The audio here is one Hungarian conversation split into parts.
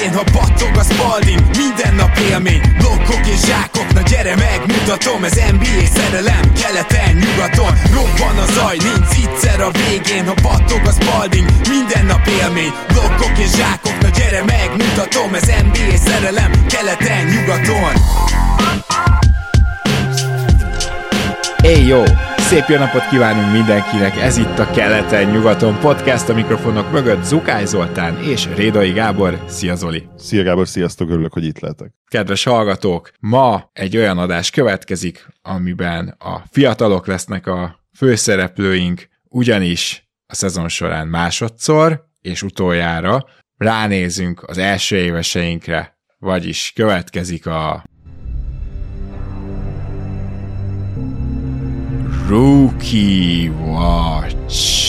végén, ha battog a Spalding, minden nap élmény, blokkok és zsákok, na gyere megmutatom, ez NBA szerelem, keleten, nyugaton, robban a zaj, nincs egyszer a végén, ha battog a Spalding, minden nap élmény, blokkok és zsákok, na gyere megmutatom, ez NBA szerelem, keleten, nyugaton. Jó! Szép jó napot kívánunk mindenkinek, ez itt a Keleten-nyugaton podcast, a mikrofonok mögött Zukály Zoltán és Rédai Gábor. Szia Zoli! Szia Gábor, sziasztok, örülök, hogy itt lehetek. Kedves hallgatók, ma egy olyan adás következik, amiben a fiatalok lesznek a főszereplőink, ugyanis a szezon során másodszor és utoljára ránézünk az első éveseinkre, vagyis következik a Rookie Watch.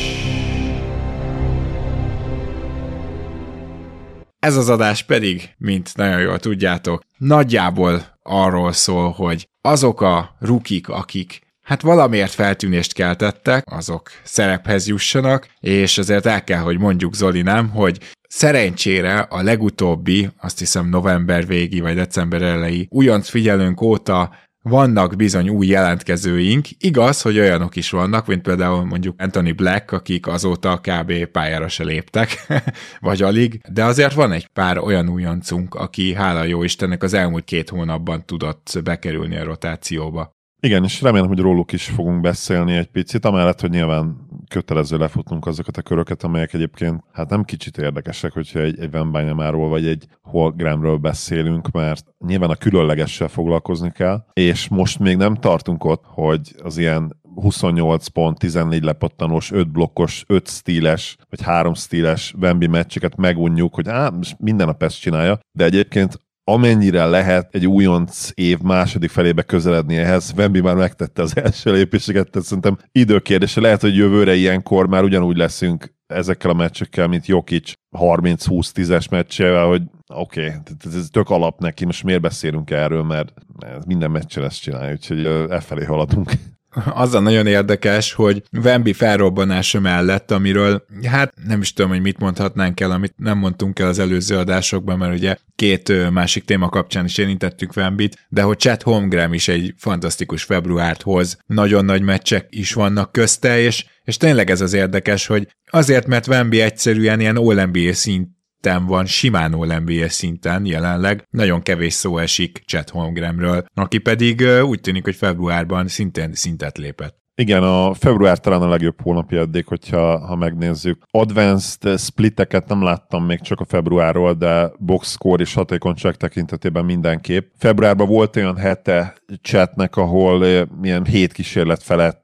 Ez az adás pedig, mint nagyon jól tudjátok, nagyjából arról szól, hogy azok a rukik, akik valamiért feltűnést keltettek, azok szerephez jussanak, és azért el kell, hogy mondjuk Zoli, nem, hogy szerencsére a legutóbbi, azt hiszem november végi vagy december elejé újonc figyelőnk óta vannak bizony új jelentkezőink, igaz, hogy olyanok is vannak, mint például mondjuk Anthony Black, akik azóta kb. Pályára se léptek, vagy alig, de azért van egy pár olyan újoncunk, aki hála jó Istennek az elmúlt 2 hónapban tudott bekerülni a rotációba. Igen, és remélem, hogy róluk is fogunk beszélni egy picit, amellett, hogy nyilván kötelező lefutnunk azokat a köröket, amelyek egyébként nem kicsit érdekesek, hogyha egy Wembanyámáról vagy egy Holmgrenről beszélünk, mert nyilván a különlegessel foglalkozni kell, és most még nem tartunk ott, hogy az ilyen 28 pont, 14 lepattanós, 5 blokkos, 5 stíles, vagy 3 stíles Wemby meccseket megunjuk, hogy minden nap ezt csinálja, de egyébként amennyire lehet egy újonc év második felébe közeledni ehhez. Wemby már megtette az első lépéseket, tehát szerintem időkérdése. Lehet, hogy jövőre ilyenkor már ugyanúgy leszünk ezekkel a meccsekkel, mint Jokic 30-20-10-es meccsével, hogy oké, ez tök alap neki, most miért beszélünk erről, mert minden meccsen ezt csinálja, úgyhogy elfelé haladunk. Azzal nagyon érdekes, hogy Wemby felrobbanása mellett, amiről nem is tudom, hogy mit mondhatnánk el, amit nem mondtunk el az előző adásokban, mert ugye 2 másik téma kapcsán is érintettük Wembyt, de hogy Chet Holmgren is egy fantasztikus februárt hoz, nagyon nagy meccsek is vannak közte, és tényleg ez az érdekes, hogy azért, mert Wemby egyszerűen ilyen All-NBA szinten van, simán All-NBA szinten jelenleg, nagyon kevés szó esik Chet Holmgrenről, aki pedig úgy tűnik, hogy februárban szintén szintet lépett. Igen, a február talán a legjobb hónapja eddig, ha megnézzük. Advanced splitteket nem láttam még csak a februárról, de box score és hatékonyság tekintetében mindenképp. Februárban volt olyan hete Chetnek, ahol ilyen 7 kísérlet felett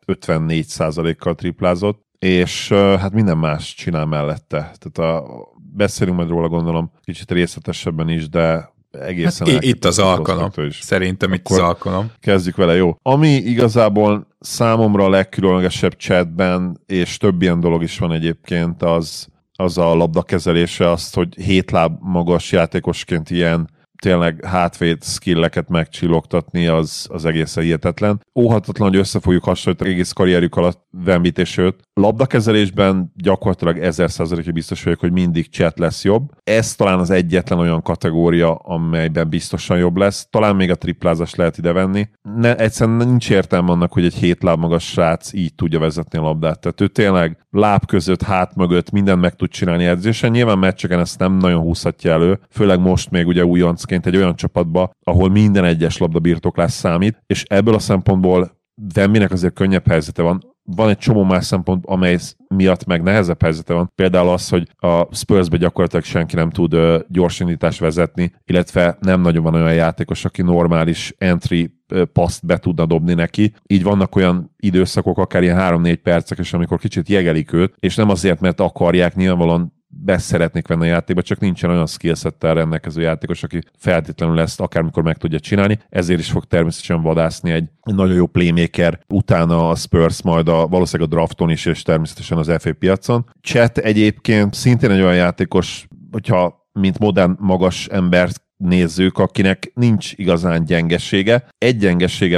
54%-kal triplázott, és minden más csinál mellette. Tehát beszélünk majd róla, gondolom, kicsit részletesebben is, de egészen itt az alkalom. Szerintem itt az alkalom. Kezdjük vele, jó. Ami igazából számomra a legkülönlegesebb Chatben, és több ilyen dolog is van egyébként, az a labdakezelése, azt, hogy 7 láb magas játékosként ilyen tényleg hátvéd skilleket megcsillogtatni, az egészen hihetetlen. Óhatatlan, hogy össze fogjuk hasonlítani egész karrierjük alatt Wembyt és őt. Labdakezelésben gyakorlatilag 1000%-ra biztos vagyok, hogy mindig Chet lesz jobb. Ez talán az egyetlen olyan kategória, amelyben biztosan jobb lesz. Talán még a triplázás lehet ide venni. Egyszerűen nincs értelme annak, hogy egy 7 láb magas srác így tudja vezetni a labdát. Tehát ő tényleg láb között, hát mögött mindent meg tud csinálni edzésen. Nyilván meccseken ezt nem nagyon húzhatja elő, főleg most még ugye újoncként egy olyan csapatba, ahol minden egyes labdabirtoklás számít, és ebből a szempontból Wembynek azért könnyebb helyzete van. Van egy csomó más szempont, amely miatt meg nehezebb helyzete van. Például az, hogy a Spursbe gyakorlatilag senki nem tud gyorsindítást vezetni, illetve nem nagyon van olyan játékos, aki normális entry paszt be tudna dobni neki. Így vannak olyan időszakok, akár ilyen 3-4 percek, és amikor kicsit jegelik őt, és nem azért, mert akarják, nyilvánvalóan szeretnék venni a játékba, csak nincsen olyan skillsettel rendelkező játékos, aki feltétlenül ezt akármikor meg tudja csinálni, ezért is fog természetesen vadászni egy nagyon jó playmaker, utána a Spurs majd valószínűleg a drafton is, és természetesen az FA piacon. Chet egyébként szintén egy olyan játékos, hogyha mint modern magas embert nézzük, akinek nincs igazán gyengesége. Egy gyengesége van,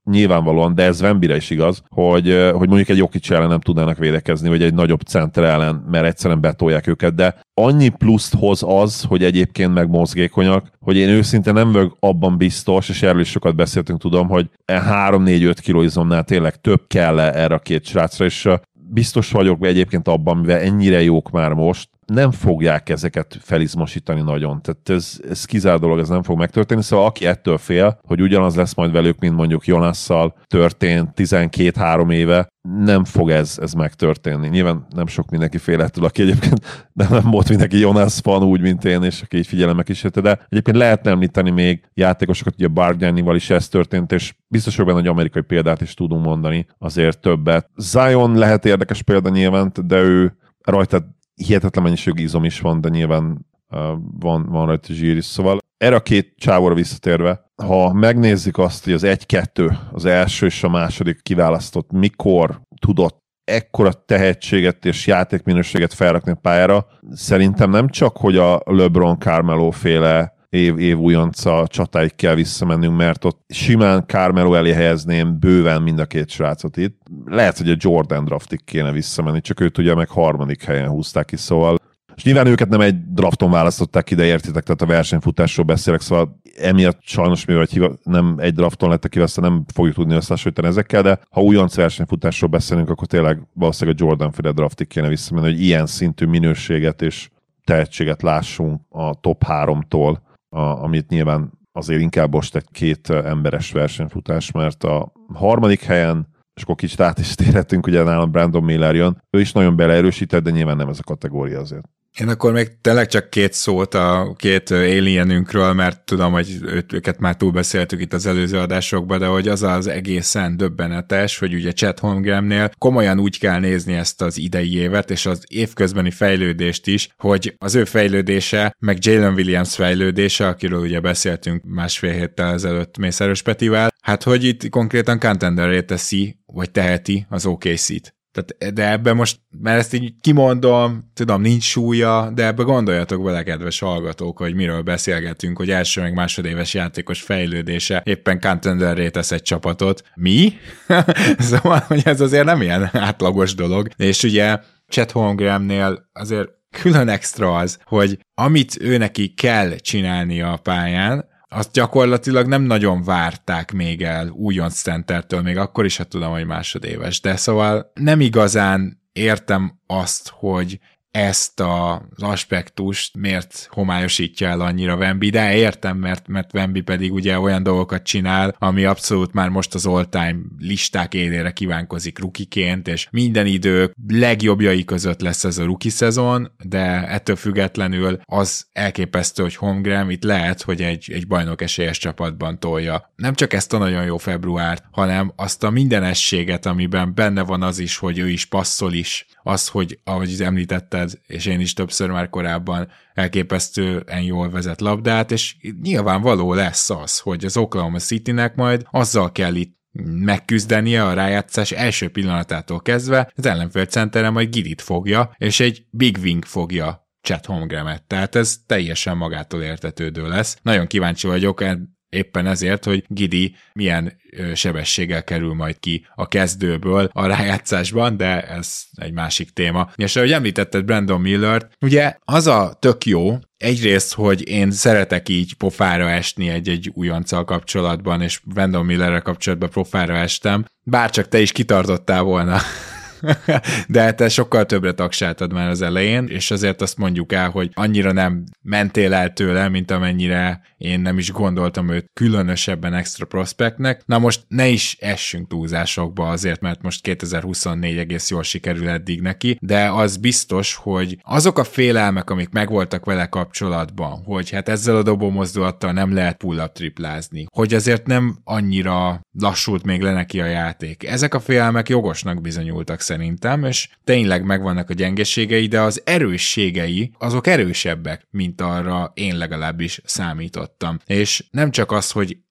nyilvánvalóan, de ez Wembire is igaz, hogy mondjuk egy Jokic ellen nem tudnának védekezni, vagy egy nagyobb center ellen, mert egyszerűen betolják őket, de annyi pluszt hoz az, hogy egyébként meg mozgékonyak, hogy én őszintén nem vagyok abban biztos, és erről is sokat beszéltünk, tudom, hogy 3-4-5 kilóizomnál tényleg több kell erre a két srácra, és biztos vagyok egyébként abban, mivel ennyire jók már most, nem fogják ezeket felizmosítani nagyon. Tehát ez kizár dolog, ez nem fog megtörténni. Szóval aki ettől fél, hogy ugyanaz lesz majd velük, mint mondjuk Jonasszal történt 12-3 éve, nem fog ez megtörténni. Nyilván nem sok mindenki fél ettől, aki egyébként nem volt mindenki Jonas fan úgy, mint én, és aki így figyelemmel kísérte, de egyébként lehetne említeni még játékosokat, ugye Bargnanival is ez történt, és biztos, hogy benne, hogy amerikai példát is tudunk mondani, azért többet. Zion lehet érdekes példa nyilván, de ő rajta hihetetlen mennyiségű izom is van, de nyilván van rajta zsír is. Szóval erre a két csávóra visszatérve, ha megnézzük azt, hogy az 1-2, az első és a második kiválasztott mikor tudott ekkora tehetséget és játékminőséget felrakni a pályára, szerintem nem csak, hogy a LeBron Carmelo féle év újonca csatáig kell visszamennünk, mert ott simán Carmelo elé helyezném bőven mind a két srácot itt. Lehet, hogy a Jordan draftig kéne visszamenni, csak őt ugye meg 3. helyen húzták ki, szóval. És nyilván őket nem egy drafton választották ide, értitek, tehát a versenyfutásról beszélek, szóval emiatt sajnos, mivel nem egy drafton lettek kiválasztva, nem fogjuk tudni összehasonlítani ezekkel, de ha újonc versenyfutásról beszélünk, akkor tényleg valószínűleg a Jordan-féle draftig kéne visszamenni, hogy ilyen szintű minőséget és tehetséget lássunk a top 3-tól, amit nyilván azért inkább most egy két emberes versenyfutás, mert a 3. helyen, és akkor kicsit át is térhetünk, ugye nálam Brandon Miller jön, ő is nagyon beleerősített, de nyilván nem ez a kategória azért. Én akkor még tényleg csak 2 szót a 2 alienünkről, mert tudom, hogy őket már túlbeszéltük itt az előző adásokban, de hogy az egészen döbbenetes, hogy ugye Chet Holmgrennél komolyan úgy kell nézni ezt az idei évet, és az évközbeni fejlődést is, hogy az ő fejlődése, meg Jalen Williams fejlődése, akiről ugye beszéltünk 1,5 héttel ezelőtt Mészáros Petivel, hát hogy itt konkrétan contenderré teszi, vagy teheti az OKC-t. Tehát, de ebben most, mert ezt így kimondom, tudom, nincs súlya, de ebbe gondoljatok bele, kedves hallgatók, hogy miről beszélgetünk, hogy első meg másodéves játékos fejlődése éppen contenderré tesz egy csapatot. Mi? Szóval, hogy ez azért nem ilyen átlagos dolog. És ugye Chet Holmgrennél azért külön extra az, hogy amit ő neki kell csinálnia a pályán, azt gyakorlatilag nem nagyon várták még el újonc centertől, még akkor is, ha tudom, hogy másodéves. De szóval nem igazán értem azt, hogy ezt az aspektust miért homályosítja el annyira Wemby, de értem, mert Wemby pedig ugye olyan dolgokat csinál, ami abszolút már most az all-time listák élére kívánkozik rukiként, és minden idők legjobbjai között lesz ez a rookie szezon, de ettől függetlenül az elképesztő, hogy Holmgren itt lehet, hogy egy bajnok esélyes csapatban tolja. Nem csak ezt a nagyon jó februárt, hanem azt a mindenességet, amiben benne van az is, hogy ő is passzol is, az, hogy ahogy említetted, és én is többször már korábban elképesztően jól vezet labdát, és nyilvánvaló lesz az, hogy az Oklahoma Citynek majd azzal kell itt megküzdenie a rájátszás első pillanatától kezdve, az ellenfél centere majd Gidit fogja, és egy Big Wing fogja Chet Holmgrenet. Tehát ez teljesen magától értetődő lesz. Nagyon kíváncsi vagyok éppen ezért, hogy Gidi milyen sebességgel kerül majd ki a kezdőből a rájátszásban, de ez egy másik téma. És ahogy említetted Brandon Millert, ugye az a tök jó, egyrészt, hogy én szeretek így pofára esni egy újonccal kapcsolatban, és Brandon Millerrel kapcsolatban pofára estem, bárcsak te is kitartottál volna. De te sokkal többre tagsáltad már az elején, és azért azt mondjuk el, hogy annyira nem mentél el tőle, mint amennyire én nem is gondoltam őt különösebben extra prospectnek. Na most ne is essünk túlzásokba azért, mert most 2024 egész jól sikerül eddig neki, de az biztos, hogy azok a félelmek, amik megvoltak vele kapcsolatban, hogy hát ezzel a dobómozdulattal nem lehet pull-up triplázni, hogy azért nem annyira lassult még le neki a játék. Ezek a félelmek jogosnak bizonyultak szerintem, és tényleg megvannak a gyengeségei, de az erősségei, azok erősebbek, mint arra én legalábbis számítottam. És nem csak az, hogy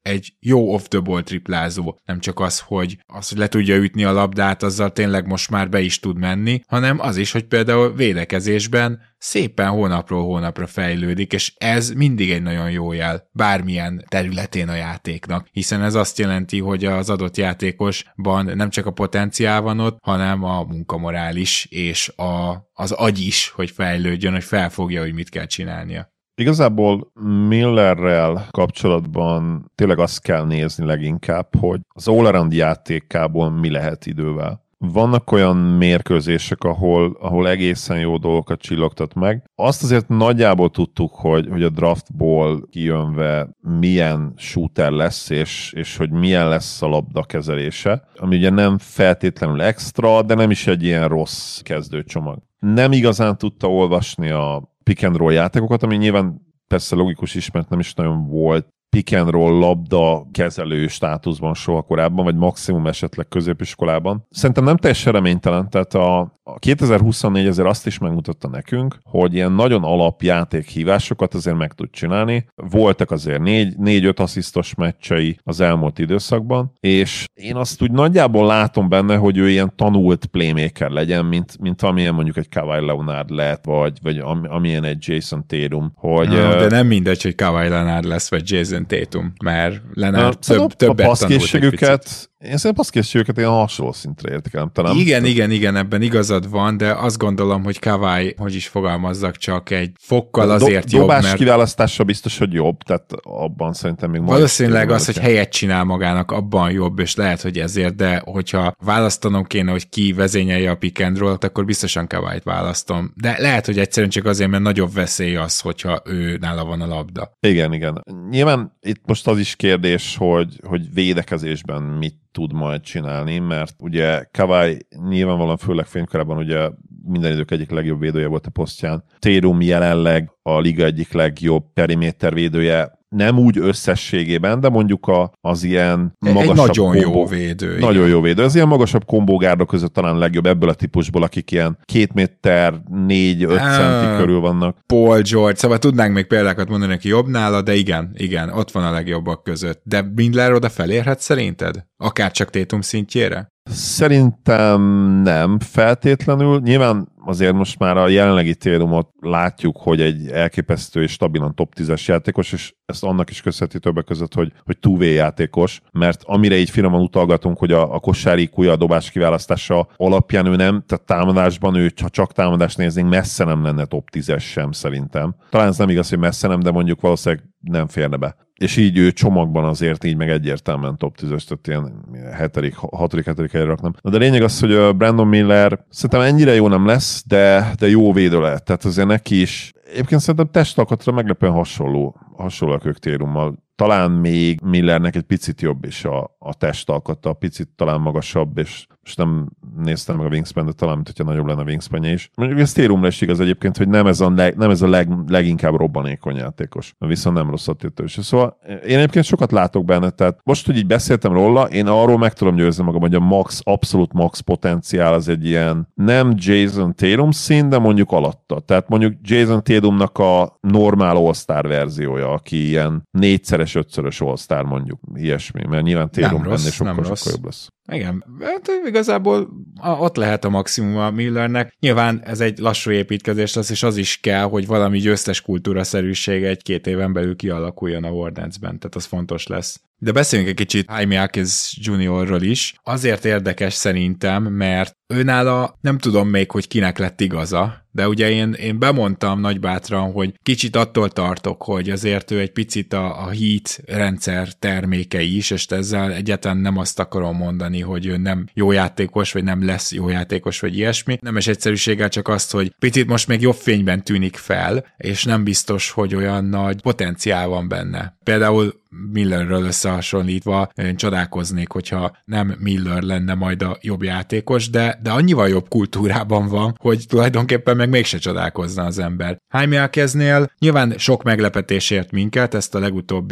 egy jó off-the-ball triplázó. Nem csak az, hogy le tudja ütni a labdát, azzal tényleg most már be is tud menni, hanem az is, hogy például védekezésben szépen hónapról hónapra fejlődik, és ez mindig egy nagyon jó jel, bármilyen területén a játéknak, hiszen ez azt jelenti, hogy az adott játékosban nem csak a potenciál van ott, hanem a munkamorál is, és az agy is, hogy fejlődjön, hogy felfogja, hogy mit kell csinálnia. Igazából Millerrel kapcsolatban tényleg azt kell nézni leginkább, hogy az all-around játékából mi lehet idővel. Vannak olyan mérkőzések, ahol egészen jó dolgokat csillogtat meg. Azt azért nagyjából tudtuk, hogy a draftból kijönve milyen shooter lesz, és hogy milyen lesz a labda kezelése, ami ugye nem feltétlenül extra, de nem is egy ilyen rossz kezdőcsomag. Nem igazán tudta olvasni a pick and roll játékokat, ami nyilván persze logikus is, mert nem is nagyon volt pick and roll labda kezelő státuszban soha korábban, vagy maximum esetleg középiskolában. Szerintem nem teljesen reménytelen, tehát a 2024 azért azt is megmutatta nekünk, hogy ilyen nagyon alapjátékhívásokat azért meg tud csinálni. Voltak azért 4-5 asszisztos meccsei az elmúlt időszakban, és én azt úgy nagyjából látom benne, hogy ő ilyen tanult playmaker legyen, mint amilyen mondjuk egy Kawhi Leonard lehet, vagy amilyen egy Jason Tatum. De nem mindegy, hogy Kawhi Leonard lesz, vagy Jason Tatum, mert Leonard többet tanult egy picit. Én szerintem passzkészségüket ilyen hasonló szintre értékelem talán. Igen, ebben igazad van, de azt gondolom, hogy Kawhi, hogy is fogalmazzak, csak egy fokkal azért jobb, mert... kiválasztása biztos, hogy jobb, tehát abban szerintem még... Valószínűleg az, hogy helyet csinál magának, abban jobb, és lehet, hogy ezért, de hogyha választanom kéne, hogy ki vezényelje a pick and roll-t, akkor biztosan Kawhit választom. De lehet, hogy egyszerűen csak azért, mert nagyobb veszély az, hogyha ő nála van a labda. Igen. Nyilván itt most az is kérdés, hogy védekezésben mit tud majd csinálni, mert ugye Kawhi nyilvánvalóan főleg fénykorában ugye minden idők egyik legjobb védője volt a posztján. Tatum jelenleg a liga egyik legjobb periméter védője, nem úgy összességében, de mondjuk az ilyen magasabb nagyon jó védő. Nagyon jó védő. Az ilyen magasabb kombógárdok között talán legjobb ebből a típusból, akik ilyen 2 méter 4-5 centi körül vannak. Paul George, szóval tudnánk még példákat mondani, aki jobb nála, de igen, ott van a legjobbak között. De Miller oda felérhet szerinted? Akár csak Tatum szintjére? Szerintem nem feltétlenül. Nyilván azért most már a jelenlegi Tatumot látjuk, hogy egy elképesztő és stabilan top 10-es játékos, és ezt annak is köszönheti többek között, hogy two-way játékos, mert amire így finoman utalgatunk, hogy a kosárikúja, a dobás kiválasztása alapján ő nem, tehát támadásban ő, ha csak támadást néznénk, messze nem lenne top 10-es sem szerintem. Talán ez nem igaz, hogy messze nem, de mondjuk valószínűleg nem férne be. És így ő csomagban azért így meg egyértelműen top 10-es, tehát ilyen 6.-7. helyre raknám. De lényeg az, hogy Brandon Miller szerintem ennyire jó nem lesz, de jó védő lehet. Tehát azért neki is egyébként szerintem testalkatra meglepően hasonlóak ők Tatummal. Talán még Millernek egy picit jobb is a testalkata, picit talán magasabb, és most nem néztem meg a wingspan, de talán, mint hogyha nagyobb lenne a wingspanje is. Mondjuk ez Tatumra is igaz egyébként, hogy nem ez a leginkább robbanékony játékos, viszont nem rossz atlétős. Szóval én egyébként sokat látok benne, tehát most, hogy így beszéltem róla, én arról meg tudom győzni magam, hogy a abszolút max potenciál az egy ilyen nem Jason Tatum szín, de mondjuk alatta. Tehát mondjuk Jason Tatumnak a normál all-star verziója, aki ilyen 4-szeres, 5-szörös all-star mondjuk, ilyesmi, mert nyilván Tatum benne sokkal jobb lesz. Igen, hát igazából ott lehet a maximum a Millernek. Nyilván ez egy lassú építkezés lesz, és az is kell, hogy valami győztes kultúraszerűség 1-2 éven belül kialakuljon a Hornetsben, tehát az fontos lesz. De beszéljünk egy kicsit Jaime Akins Juniorról is. Azért érdekes szerintem, mert őnála nem tudom még, hogy kinek lett igaza, de ugye én bemondtam nagybátran, hogy kicsit attól tartok, hogy azért ő egy picit a Heat rendszer terméke is, és ezzel egyáltalán nem azt akarom mondani, hogy ő nem jó játékos, vagy nem lesz jó játékos, vagy ilyesmi. Nemes egyszerűséggel csak azt, hogy picit most még jobb fényben tűnik fel, és nem biztos, hogy olyan nagy potenciál van benne. Például Millerről összehasonlítva én csodálkoznék, hogyha nem Miller lenne majd a jobb játékos, de annyival jobb kultúrában van, hogy tulajdonképpen meg mégse csodálkozna az ember. Jaime Akinsnél nyilván sok meglepetés ért minket, ezt a legutóbbi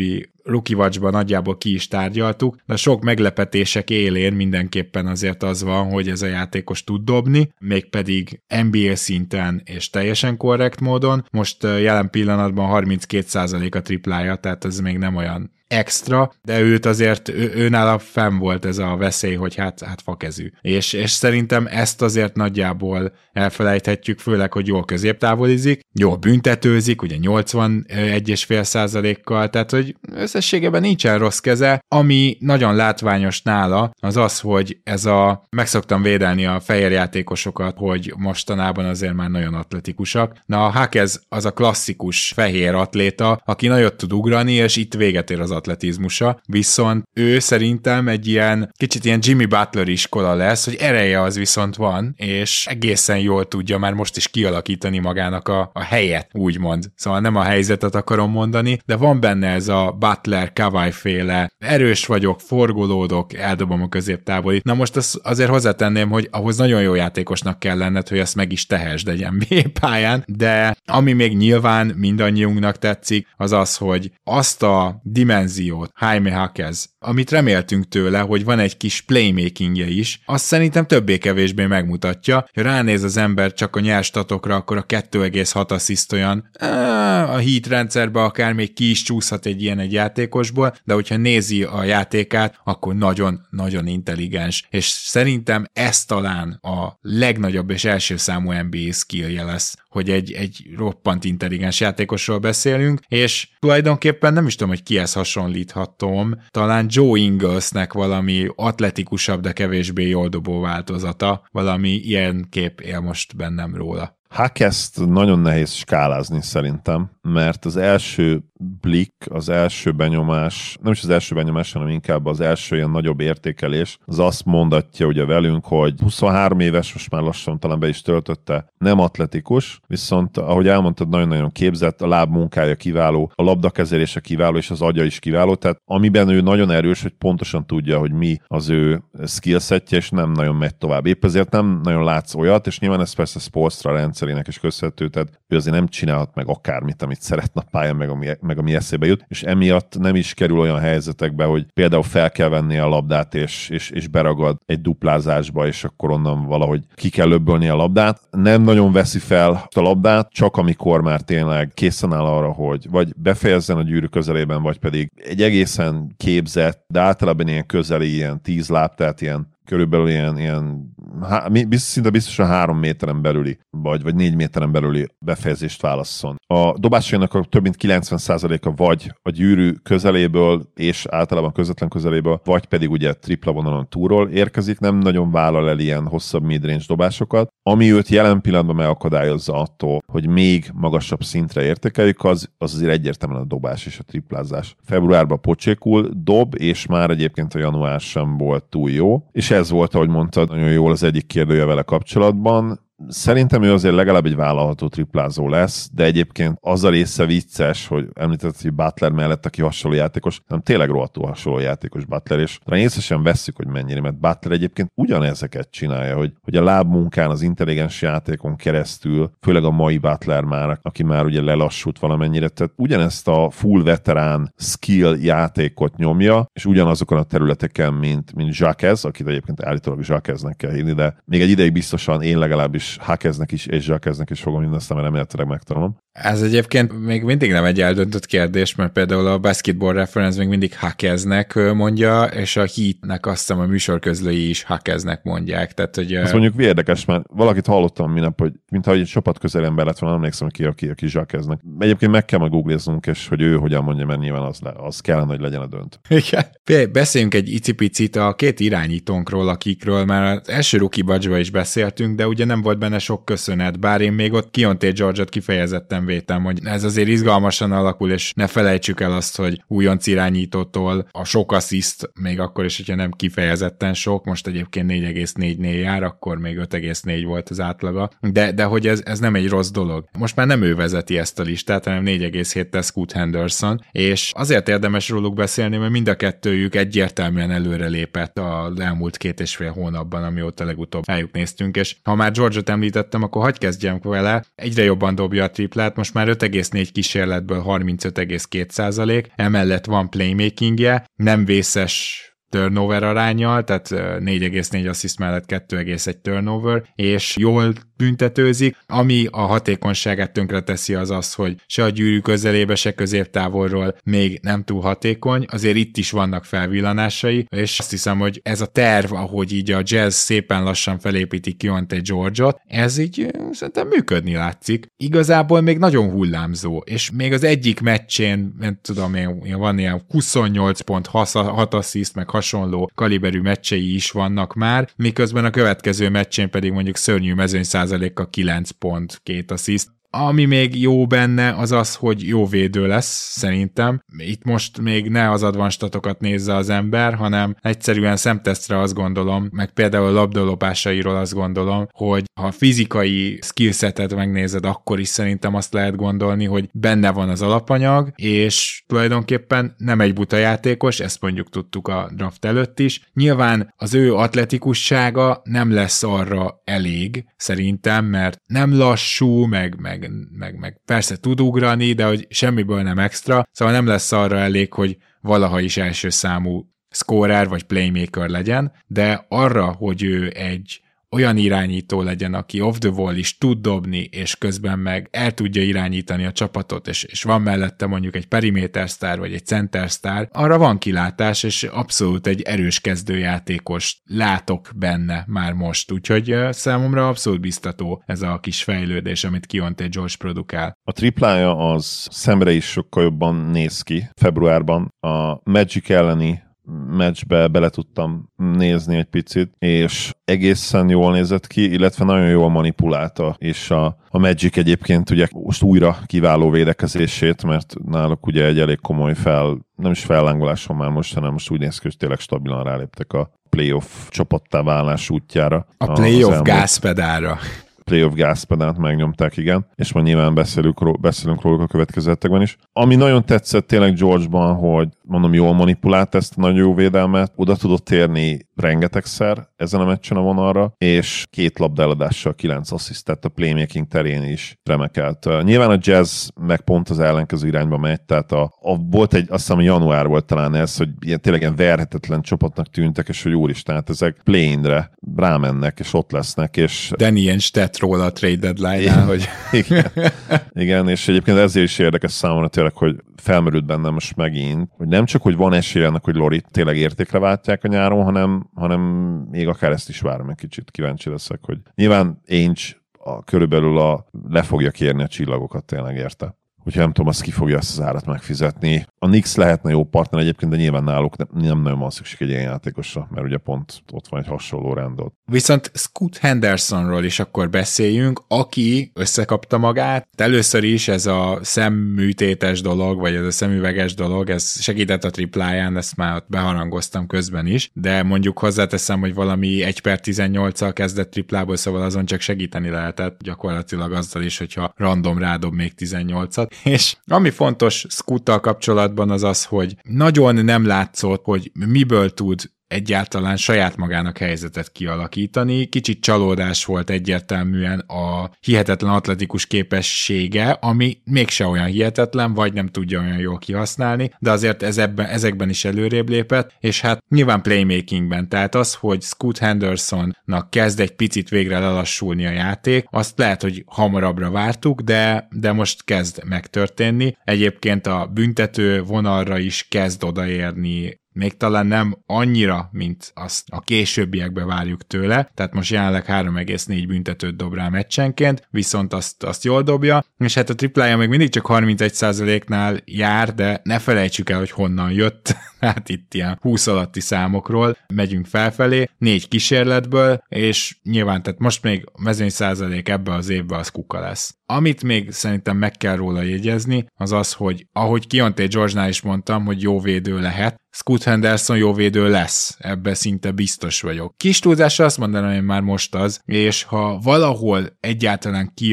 Rookie Watch-ban nagyjából ki is tárgyaltuk, de sok meglepetések élén mindenképpen azért az van, hogy ez a játékos tud dobni, mégpedig NBA szinten és teljesen korrekt módon. Most jelen pillanatban 32% a triplája, tehát ez még nem olyan extra, de őt azért, őnála fenn volt ez a veszély, hogy hát fakezű. És szerintem ezt azért nagyjából elfelejthetjük, főleg, hogy jól középtávolizik, jól büntetőzik, ugye 81,5%-kal, tehát hogy összességében nincsen rossz keze. Ami nagyon látványos nála, az az, hogy meg szoktam védelni a fehér játékosokat, hogy mostanában azért már nagyon atletikusak. Na, a Hakez az a klasszikus fehér atléta, aki nagyot tud ugrani, és itt véget ér az atletizmusa, viszont ő szerintem egy ilyen, kicsit ilyen Jimmy Butler iskola lesz, hogy ereje az viszont van, és egészen jól tudja már most is kialakítani magának a helyet, úgymond. Szóval nem a helyzetet akarom mondani, de van benne ez a Butler, Kawhi féle, erős vagyok, forgolódok, eldobom a középtávolit. Na most azért hozzátenném, hogy ahhoz nagyon jó játékosnak kell lenned, hogy ezt meg is tehesd egy NBA pályán, de ami még nyilván mindannyiunknak tetszik, az az, hogy azt a dimenziót, Jaime Jaquez, amit reméltünk tőle, hogy van egy kis playmakingje is, azt szerintem többé-kevésbé megmutatja. Ha ránéz az ember csak a nyers statokra, akkor a 2,6 assziszt olyan, a Heat rendszerbe akár még ki is csúszhat egy ilyen egy játékosból, de hogyha nézi a játékát, akkor nagyon-nagyon intelligens, és szerintem ez talán a legnagyobb és első számú NBA skillje lesz, hogy egy roppant intelligens játékosról beszélünk, és tulajdonképpen nem is tudom, hogy kihez hasonlíthatom, talán Joe Inglesnek valami atletikusabb, de kevésbé jól dobó változata, valami ilyen kép él most bennem róla. Hakezt nagyon nehéz skálázni szerintem, mert az első blik, az első benyomás, nem is az első benyomás, hanem inkább az első ilyen nagyobb értékelés, az azt mondatja ugye velünk, hogy 23 éves, most már lassan talán be is töltötte, nem atletikus, viszont ahogy elmondtad, nagyon-nagyon képzett, a lábmunkája kiváló, a labdakezelése kiváló, és az agya is kiváló, tehát amiben ő nagyon erős, hogy pontosan tudja, hogy mi az ő skillsetje, és nem nagyon megy tovább. Épp ezért nem nagyon látsz olyat, és nyilván ez persze Spoelstra rendszerének is köszönhető, tehát ő azért nem csinálhat meg akármit, amit szeretne a pályán, meg ami eszébe jut, és emiatt nem is kerül olyan helyzetekbe, hogy például fel kell venni a labdát, és beragad egy duplázásba, és akkor onnan valahogy ki kell löbbölni a labdát. Nem nagyon veszi fel a labdát, csak amikor már tényleg készen áll arra, hogy vagy befejezzen a gyűrű közelében, vagy pedig egy egészen képzett, de általában ilyen közeli, ilyen 10 láb, tehát ilyen körülbelül ilyen szinte biztosan 3 méteren belüli, vagy 4 méteren belüli befejezést válasszon. A dobásainak a több mint 90%-a vagy a gyűrű közeléből, és általában közvetlen közeléből, vagy pedig ugye tripla vonalon túlról érkezik, nem nagyon vállal el ilyen hosszabb midrange dobásokat. Ami őt jelen pillanatban megakadályozza attól, hogy még magasabb szintre értékeljük, az azért egyértelműen a dobás és a triplázás. Februárban pocsékul dob, és már egyébként a január sem volt túl jó, és ez volt, ahogy mondtad, nagyon jól az egyik kérdője vele kapcsolatban. Szerintem ő azért legalább egy vállalható triplázó lesz, de egyébként az a része vicces, hogy említett, hogy Butler mellett, aki hasonló játékos, nem tényleg rohadtul hasonló játékos Butler, és talán észesen vesszük, hogy mennyire, mert Butler egyébként ugyanezeket csinálja, hogy a lábmunkán, az intelligens játékon keresztül, főleg a mai Butler már, aki már ugye lelassult valamennyire, tehát ugyanezt a full veterán skill játékot nyomja, és ugyanazokon a területeken, mint Jaquez, akit egyébként állítólag Jaqueznek kell hívni, de még egy ideig biztosan én legalábbis Hakeznek is, és Jaqueznek is fogom mindezt, mert remélhetőleg megtanulom. Ez egyébként még mindig nem egy eldöntött kérdés, mert például a Basketball Reference még mindig Hakeznek mondja, és a Heatnek azt hiszem a műsorközlői is Hakeznek mondják. Tehát, hogy azt mondjuk érdekes, mert valakit hallottam minap, hogy mintha egy csapat közelember lett volna, emlékszem aki Jaqueznek. Egyébként meg kell googliznunk, és hogy ő hogyan mondja, mert nyilván az kellene, hogy legyen a dönt. Igen. Beszéljünk egy icipicit a két irányítónkról, akikről már az első Rookie Watch-ba is beszéltünk, de ugye nem volt benne sok köszönet, bár én még ott Kionté George-ot kifejezetten vétem, hogy ez azért izgalmasan alakul, és ne felejtsük el azt, hogy újonc irányítótól a sok assziszt, még akkor is, hogyha nem kifejezetten sok, most egyébként 4,4-nél jár, akkor még 5,4 volt az átlaga, de hogy ez nem egy rossz dolog. Most már nem ő vezeti ezt a listát, hanem 4,7-tel Scoot Henderson, és azért érdemes róluk beszélni, mert mind a kettőjük egyértelműen előrelépett az elmúlt 2,5 hónapban, amióta legutóbb rájuk néztünk, és ha már George-ot említettem, akkor hadd kezdjem vele, egyre jobban dobja a triplát, most már 5,4 kísérletből 35,2%, emellett van playmakingje, nem vészes turnover aránnyal, tehát 4,4 assziszt mellett 2,1 turnover, és jól büntetőzik. Ami a hatékonyságát tönkreteszi az, hogy se a gyűrű közelébe, se középtávolról még nem túl hatékony, azért itt is vannak felvillanásai, és azt hiszem, hogy ez a terv, ahogy így a Jazz szépen lassan felépíti Keyonte George-ot, ez így szerintem működni látszik. Igazából még nagyon hullámzó, és még az egyik meccsén, nem tudom, van ilyen 28 pont, 6 assziszt, meg hasonló kaliberű meccsei is vannak már, miközben a következő meccsén pedig mondjuk szörnyű mezőny százalékkal 9 pont, 2 assziszt. Ami még jó benne, az, hogy jó védő lesz, szerintem. Itt most még ne az advanced statokat nézze az ember, hanem egyszerűen szemtesztre azt gondolom, meg például a labdalopásairól azt gondolom, hogy ha fizikai skillsetet megnézed, akkor is szerintem azt lehet gondolni, hogy benne van az alapanyag, és tulajdonképpen nem egy buta játékos, ezt mondjuk tudtuk a draft előtt is. Nyilván az ő atletikussága nem lesz arra elég, szerintem, mert nem lassú, meg persze tud ugrani, de hogy semmiből nem extra, szóval nem lesz arra elég, hogy valaha is első számú scorer vagy playmaker legyen, de arra, hogy ő egy olyan irányító legyen, aki off the wall is tud dobni, és közben meg el tudja irányítani a csapatot, és van mellette mondjuk egy periméter sztár, vagy egy center sztár, arra van kilátás, és abszolút egy erős kezdőjátékost látok benne már most, úgyhogy számomra abszolút biztató ez a kis fejlődés, amit Keyonte George produkál. A triplája az szemre is sokkal jobban néz ki. Februárban a Magic elleni meccsbe bele tudtam nézni egy picit, és egészen jól nézett ki, illetve nagyon jól manipulálta, és a Magic egyébként ugye most újra kiváló védekezését, mert náluk ugye egy elég komoly nem is fellángolás van már most, hanem most úgy néz ki, hogy tényleg stabilan ráléptek a playoff csapattá válás útjára. A playoff gázpedára. Playoff gázpedált megnyomták, igen, és majd nyilván beszélünk róluk a következő hetekben is. Ami nagyon tetszett tényleg George-ban, hogy mondom, jól manipulált ezt a nagyon jó védelmet, oda tudott érni rengetegszer ezen a meccsen a vonalra, és 2 labdaeladással 9 assziszt, tehát a playmaking terén is remekelt. Nyilván a Jazz meg pont az ellenkező irányba megy, tehát volt azt hiszem január volt talán ez, hogy tényleg ilyen verhetetlen csapatnak tűntek, és hogy úristen, hát ezek play-inre rámennek, és ott lesznek, és Danny tett róla a trade deadline-nál, hogy... Igen, és egyébként ezért is érdekes számomra tényleg, hogy felmerült bennem most megint, hogy nem csak, hogy van esély ennek, hogy Lorit tényleg értékre váltják a nyáron, hanem még akár ezt is várom egy kicsit, kíváncsi leszek, hogy nyilván Ainge körülbelül le fogja kérni a csillagokat tényleg érte. Úgyhogy nem tudom, azt ki fogja ezt az árat megfizetni. A Knicks lehetne jó partner egyébként, de nyilván náluk nem nagyon van szükség egy ilyen játékosra, mert ugye pont ott van egy hasonló rendod. Viszont Scoot Hendersonról is akkor beszéljünk, aki összekapta magát. Először is ez a szemműtétes dolog, vagy ez a szemüveges dolog, ez segített a tripláján, ezt már ott beharangoztam közben is, de mondjuk hozzáteszem, hogy valami 1/18-al kezdett triplából, szóval azon csak segíteni lehetett, gyakorlatilag azzal is, hogyha random rádob még 18-at. És ami fontos Scoottal kapcsolatban az, hogy nagyon nem látszott, hogy miből tud egyáltalán saját magának helyzetet kialakítani. Kicsit csalódás volt egyértelműen a hihetetlen atletikus képessége, ami mégse olyan hihetetlen, vagy nem tudja olyan jól kihasználni, de azért ezekben is előrébb lépett, és hát nyilván playmakingben, tehát az, hogy Scoot Hendersonnak kezd egy picit végre lelassulni a játék, azt lehet, hogy hamarabbra vártuk, de most kezd megtörténni. Egyébként a büntető vonalra is kezd odaérni, még talán nem annyira, mint azt a későbbiekben várjuk tőle, tehát most jelenleg 3,4 büntetőt dob rá meccsenként, viszont azt jól dobja, és hát a triplája még mindig csak 31%-nál jár, de ne felejtsük el, hogy honnan jött, hát itt ilyen 20 alatti számokról megyünk felfelé, 4 kísérletből, és nyilván, tehát most még mezőny százalék ebbe az évben az kuka lesz. Amit még szerintem meg kell róla jegyezni, az, hogy ahogy Keyonte George-nál is mondtam, hogy jó védő lehet, Scoot Henderson jó védő lesz, ebben szinte biztos vagyok. Kis túlzásra azt mondanám, hogy már most az, és ha valahol egyáltalán kijön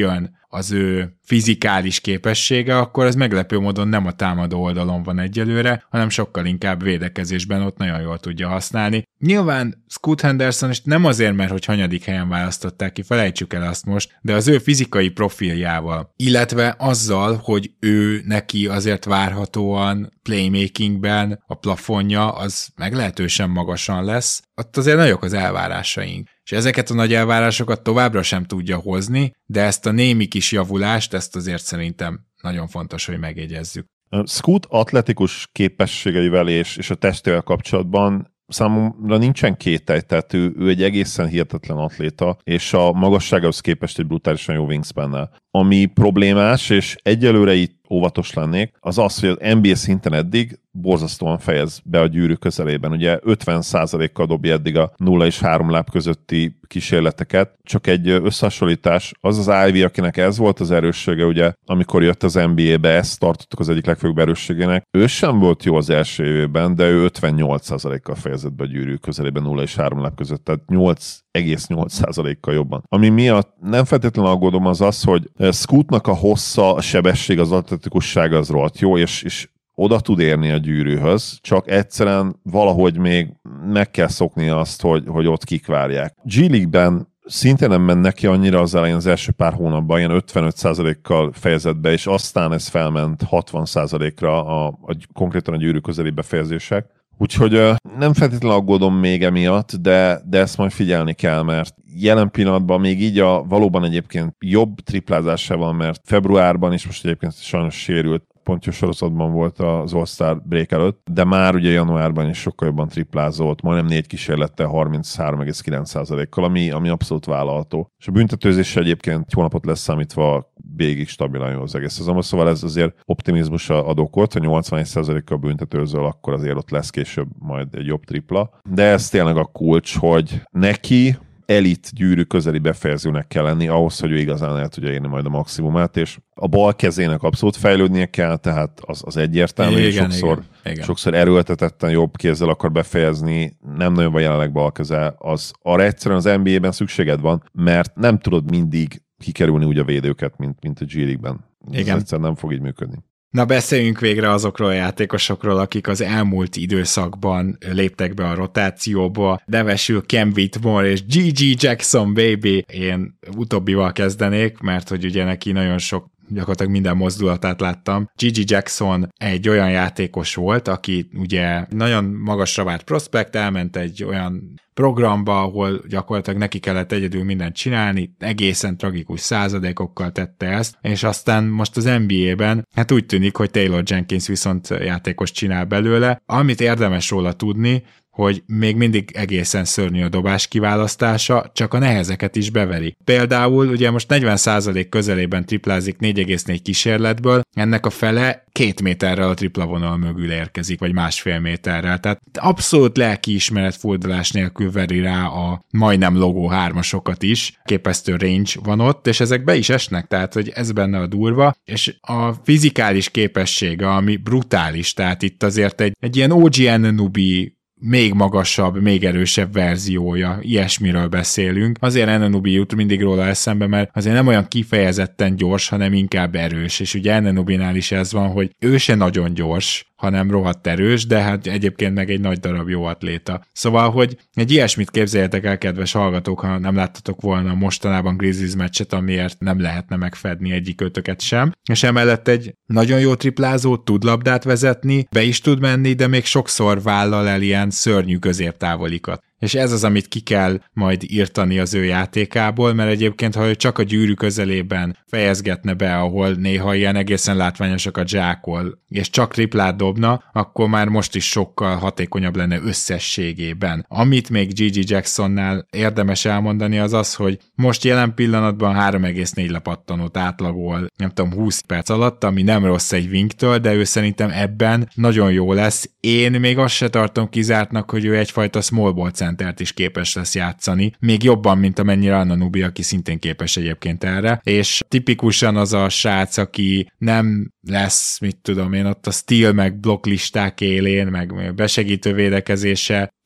az ő fizikális képessége, akkor ez meglepő módon nem a támadó oldalon van egyelőre, hanem sokkal inkább védekezésben ott nagyon jól tudja használni. Nyilván Scoot Henderson is nem azért, mert hogy hanyadik helyen választották ki, felejtsük el azt most, de az ő fizikai profiljával, illetve azzal, hogy ő neki azért várhatóan playmakingben a plafonja az meglehetősen magasan lesz, ott azért nagyok az elvárásaink. És ezeket a nagy elvárásokat továbbra sem tudja hozni, de ezt a némi kis javulást, ezt azért szerintem nagyon fontos, hogy megjegyezzük. Scoot atletikus képességeivel és a testével kapcsolatban számomra nincsen kételj, tehát ő egy egészen hihetetlen atléta, és a magasságához képest egy brutálisan jó wingspannel. Ami problémás, és egyelőre itt óvatos lennék, az az, hogy az NBA szinten eddig borzasztóan fejez be a gyűrű közelében. Ugye 50%-kal dobja eddig a 0 és 3 láb közötti kísérleteket. Csak egy összehasonlítás, az az Ivy, akinek ez volt az erőssége, ugye, amikor jött az NBA-be, ezt tartottuk az egyik legfőbb erősségének. Ő sem volt jó az első évben, de ő 58%-kal fejezett be a gyűrű közelében 0 és 3 láb között, tehát 8,8%-kal jobban. Ami miatt nem feltétlenül aggódom az, hogy Scootnak a hossza, a sebesség, az atletikussága az rohadt jó, és oda tud érni a gyűrűhöz, csak egyszerűen valahogy még meg kell szokni azt, hogy ott kik várják. G-League-ben szintén nem ment neki annyira az elején, az első pár hónapban, ilyen 55%-kal fejezett be, és aztán ez felment 60%-ra konkrétan a gyűrű közeli befejezések. Úgyhogy nem feltétlenül aggódom még emiatt, de ezt majd figyelni kell, mert jelen pillanatban még így valóban egyébként jobb triplázásával, mert februárban is most egyébként sajnos sérült, pontja sorozatban volt az All-Star break előtt, de már ugye januárban is sokkal jobban triplázolt, majdnem 4 kísérlettel 33,9%-kal, ami abszolút vállalható. És a büntetőzéssel egyébként egy hónapot leszámítva végig stabilan jó az egész szezonban, szóval ez azért optimizmusra ad okot, ha 81%-kal büntetőzöl, akkor azért ott lesz később majd egy jobb tripla. De ez tényleg a kulcs, hogy neki elit gyűrű közeli befejezőnek kell lenni ahhoz, hogy ő igazán el tudja érni majd a maximumát, és a bal kezének abszolút fejlődnie kell, tehát az egyértelmű, igen. sokszor erőltetetten jobb kézzel akar befejezni, nem nagyon van jelenleg bal keze, arra egyszerűen az NBA-ben szükséged van, mert nem tudod mindig kikerülni úgy a védőket, mint a G-League-ben. Ez egyszerűen nem fog így működni. Na beszéljünk végre azokról a játékosokról, akik az elmúlt időszakban léptek be a rotációba. Nevesül Cam Whitmore és G.G. Jackson, baby. Én utóbbival kezdenék, mert hogy ugye neki nagyon sok, gyakorlatilag minden mozdulatát láttam. G.G. Jackson egy olyan játékos volt, aki ugye nagyon magasra várt prospekt, elment egy olyan programba, ahol gyakorlatilag neki kellett egyedül mindent csinálni, egészen tragikus századékokkal tette ezt, és aztán most az NBA-ben, hát úgy tűnik, hogy Taylor Jenkins viszont játékos csinál belőle. Amit érdemes róla tudni, hogy még mindig egészen szörnyű a dobás kiválasztása, csak a nehezeket is beveri. Például ugye most 40% közelében triplázik 4,4 kísérletből, ennek a fele 2 méterrel a tripla vonal mögül érkezik, vagy 1,5 méterrel. Tehát abszolút lelkiismeret fordulás nélkül veri rá a majdnem logó 3-asokat is. Képesztő range van ott, és ezek be is esnek, tehát hogy ez benne a durva, és a fizikális képessége, ami brutális, tehát itt azért egy ilyen OG Anunoby még magasabb, még erősebb verziója, ilyesmiről beszélünk. Azért Anunoby jut mindig róla eszembe, mert azért nem olyan kifejezetten gyors, hanem inkább erős, és ugye Anunobynál is ez van, hogy ő se nagyon gyors, hanem rohadt erős, de hát egyébként meg egy nagy darab jó atléta. Szóval, hogy egy ilyesmit képzeljetek el, kedves hallgatók, ha nem láttatok volna mostanában Grizzlies meccset, amiért nem lehetne megfedni egyikőtöket sem. És emellett egy nagyon jó triplázó, tud labdát vezetni, be is tud menni, de még sokszor vállal el ilyen szörnyű középtávolikat. És ez az, amit ki kell majd írtani az ő játékából, mert egyébként, ha ő csak a gyűrű közelében fejezgetne be, ahol néha ilyen egészen látványosak a zsákol, és csak triplát dobna, akkor már most is sokkal hatékonyabb lenne összességében. Amit még G.G. Jacksonnál érdemes elmondani az az, hogy most jelen pillanatban 3,4 lepattanót átlagol, nem tudom, 20 perc alatt, ami nem rossz egy wingtől, de ő szerintem ebben nagyon jó lesz. Én még azt se tartom kizártnak, hogy ő egyfajta small ball centert is képes lesz játszani, még jobban, mint amennyire Anunoby, aki szintén képes egyébként erre, és tipikusan az a srác, aki nem lesz, mit tudom én, ott a steal meg blokklisták élén, meg besegítő védekezése,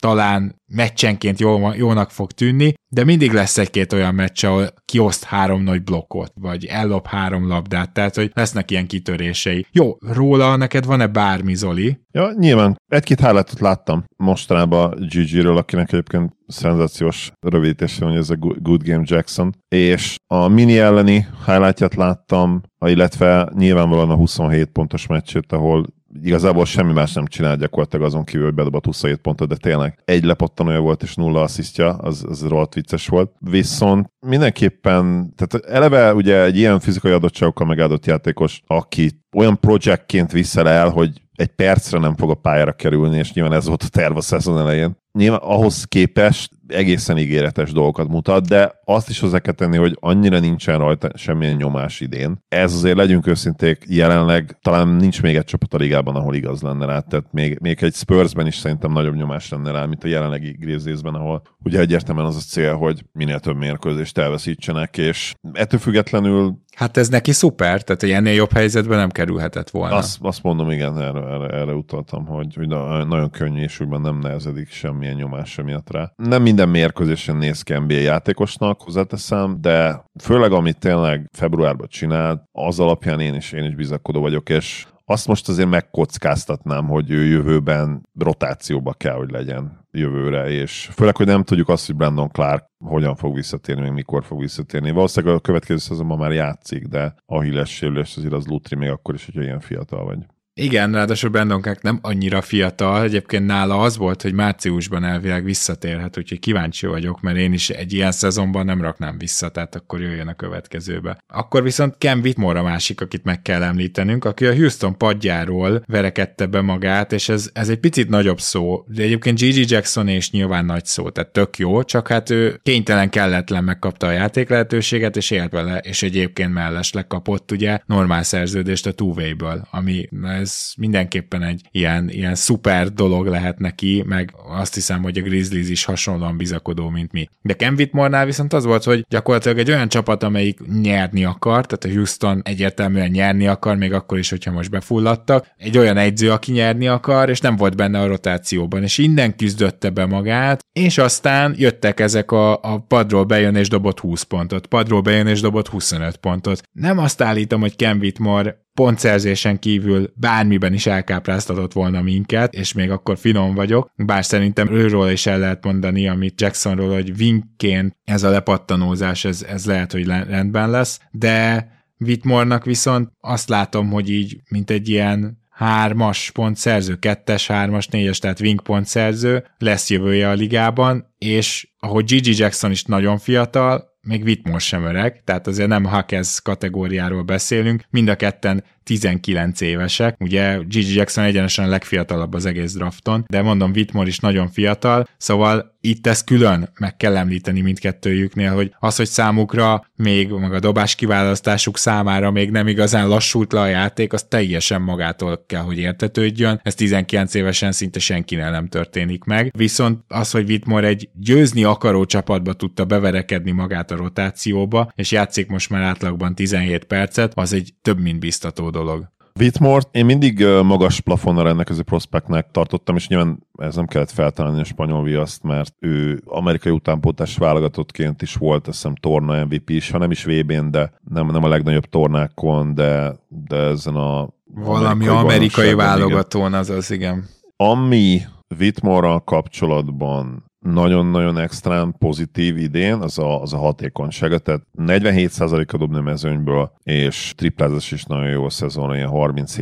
talán meccsenként jónak fog tűnni, de mindig lesz egy-két olyan meccs, ahol kioszt 3 nagy blokkot, vagy ellop 3 labdát, tehát hogy lesznek ilyen kitörései. Jó, róla neked van-e bármi, Zoli? Ja, nyilván. Egy-két highlightot láttam mostanában GG-ről, akinek egyébként szenzációs rövidítése van, ez a Good Game Jackson, és a mini elleni highlightját láttam, illetve nyilvánvalóan a 27 pontos meccsét, ahol igazából semmi más nem csinált gyakorlatilag azon kívül, hogy bedobott 27 pontot, de tényleg egy lepattanója volt és 0 asszisztja, az rohadt vicces volt. Viszont mindenképpen, tehát eleve ugye egy ilyen fizikai adottságokkal megáldott játékos, aki olyan projektként viszel el, hogy egy percre nem fog a pályára kerülni, és nyilván ez volt a terv a szezon elején. Nyilván ahhoz képest egészen ígéretes dolgokat mutat, de azt is hozzá kell tenni, hogy annyira nincsen rajta semmilyen nyomás idén. Ez azért, legyünk őszinték, jelenleg talán nincs még egy csapat a ligában, ahol igaz lenne rá, tehát még egy Spursben is szerintem nagyobb nyomás lenne rá, mint a jelenlegi Grizzliesben, ahol ugye egyértelműen az a cél, hogy minél több mérkőzést elveszítsenek, és ettől függetlenül hát ez neki szuper, tehát hogy ennél jobb helyzetben nem kerülhetett volna. Azt mondom, igen, erre utaltam, hogy nagyon könnyű, és úgyban nem nehezedik semmilyen nyomás miatt rá. Nem minden mérkőzésen néz ki NBA játékosnak, hozzáteszem, de főleg amit tényleg februárban csinált, az alapján én is bizakodó vagyok, és azt most azért megkockáztatnám, hogy ő jövőben rotációba kell, hogy legyen jövőre, és főleg, hogy nem tudjuk azt, hogy Brandon Clark hogyan fog visszatérni, még mikor fog visszatérni. Valószínűleg a következő szezonban már játszik, de Achilles sérülés azért az lutri még akkor is, hogyha ilyen fiatal vagy. Igen, ráadásul Brandon Clark nem annyira fiatal, egyébként nála az volt, hogy márciusban elvileg visszatérhet, úgyhogy kíváncsi vagyok, mert én is egy ilyen szezonban nem raknám vissza, tehát akkor jöjjön a következőbe. Akkor viszont Cam Whitmore a másik, akit meg kell említenünk, aki a Houston padjáról verekedte be magát, és ez egy picit nagyobb szó, de egyébként Gigi Jackson és nyilván nagy szó, tehát tök jó, csak hát ő kénytelen, kelletlen megkapta a játék lehetőséget, és élt vele, és egyébként mellesleg kapott ugye normál szerződést a two-way-ből, ami ez mindenképpen egy ilyen szuper dolog lehet neki, meg azt hiszem, hogy a Grizzlies is hasonlóan bizakodó, mint mi. De Cam Whitmore-nál viszont az volt, hogy gyakorlatilag egy olyan csapat, amelyik nyerni akar, tehát a Houston egyértelműen nyerni akar, még akkor is, hogyha most befulladtak. Egy olyan edző, aki nyerni akar, és nem volt benne a rotációban, és innen küzdötte be magát, és aztán jöttek ezek a padról bejön és dobott 20 pontot, padról bejön és dobott 25 pontot. Nem azt állítom, hogy Cam Whitmore pontszerzésen kívül bármiben is elkápráztatott volna minket, és még akkor finom vagyok, bár szerintem őről is el lehet mondani, amit Jacksonról, hogy wingként ez a lepattanózás, ez lehet, hogy rendben lesz, de Whitmore-nak viszont azt látom, hogy így, mint egy ilyen 3-as pontszerző, 2-es, 3-as, 4-es, tehát wing pontszerző lesz jövője a ligában, és ahogy Gigi Jackson is nagyon fiatal, még Whitmore sem öreg, tehát azért nem Hakez kategóriáról beszélünk, mind a ketten 19 évesek, ugye Gigi Jackson egyenesen a legfiatalabb az egész drafton, de mondom, Whitmore is nagyon fiatal, szóval itt ezt külön meg kell említeni mindkettőjüknél, hogy az, hogy számukra még meg a dobás kiválasztásuk számára még nem igazán lassult le a játék, az teljesen magától kell, hogy értetődjön, ez 19 évesen szinte senkinél nem történik meg, viszont az, hogy Whitmore egy győzni akaró csapatba tudta beverekedni magát a rotációba, és játszik most már átlagban 17 percet, az egy több mint biztató dolog. Whitmore én mindig magas plafonnal rendelkező prospektnek tartottam, és nyilván ez nem kellett feltalálni a spanyol viaszt, mert ő amerikai utánpótlás válogatottként is volt, azt hiszem torna MVP is, ha nem is VB-n, de nem a legnagyobb tornákon, de ezen a valami amerikai válogatón, azaz, igen. Ami Whitmore-ral kapcsolatban nagyon-nagyon extrán pozitív idén, az a hatékonysága, tehát 47%-a dobni mezőnyből, és triplázás is nagyon jó a szezonra, ilyen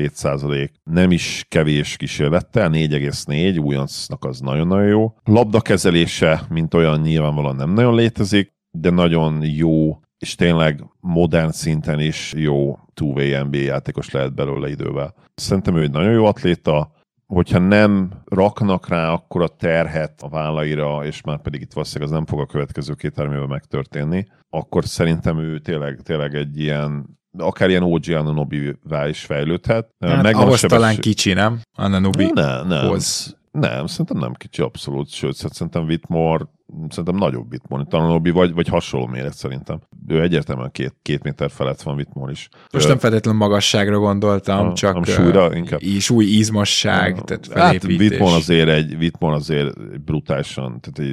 37%, nem is kevés kísérlettel, 4,4, újoncnak az nagyon-nagyon jó. Labdakezelése, mint olyan nyilvánvalóan nem nagyon létezik, de nagyon jó, és tényleg modern szinten is jó two-way NBA játékos lehet belőle idővel. Szerintem ő egy nagyon jó atléta, hogyha nem raknak rá akkor a terhet a vállaira, és már pedig itt valószínűleg az nem fog a következő 2-3 évben megtörténni, akkor szerintem ő tényleg egy ilyen, akár ilyen OG Anunoby-vá is fejlődhet. Hát ahhoz talán kicsi, nem? Anunoby nem. Nem, szerintem nem kicsi abszolút, sőt, szerintem Whitmore, szerintem nagyobb Whitmore, Anunoby, vagy hasonló méret szerintem. Ő egyértelműen 2 méter felett van Whitmore is. Most nem feltétlenül magasságra gondoltam, csak súlyra inkább. Súly, izmosság, tehát felépítés. Hát Whitmore azért brutálisan, tehát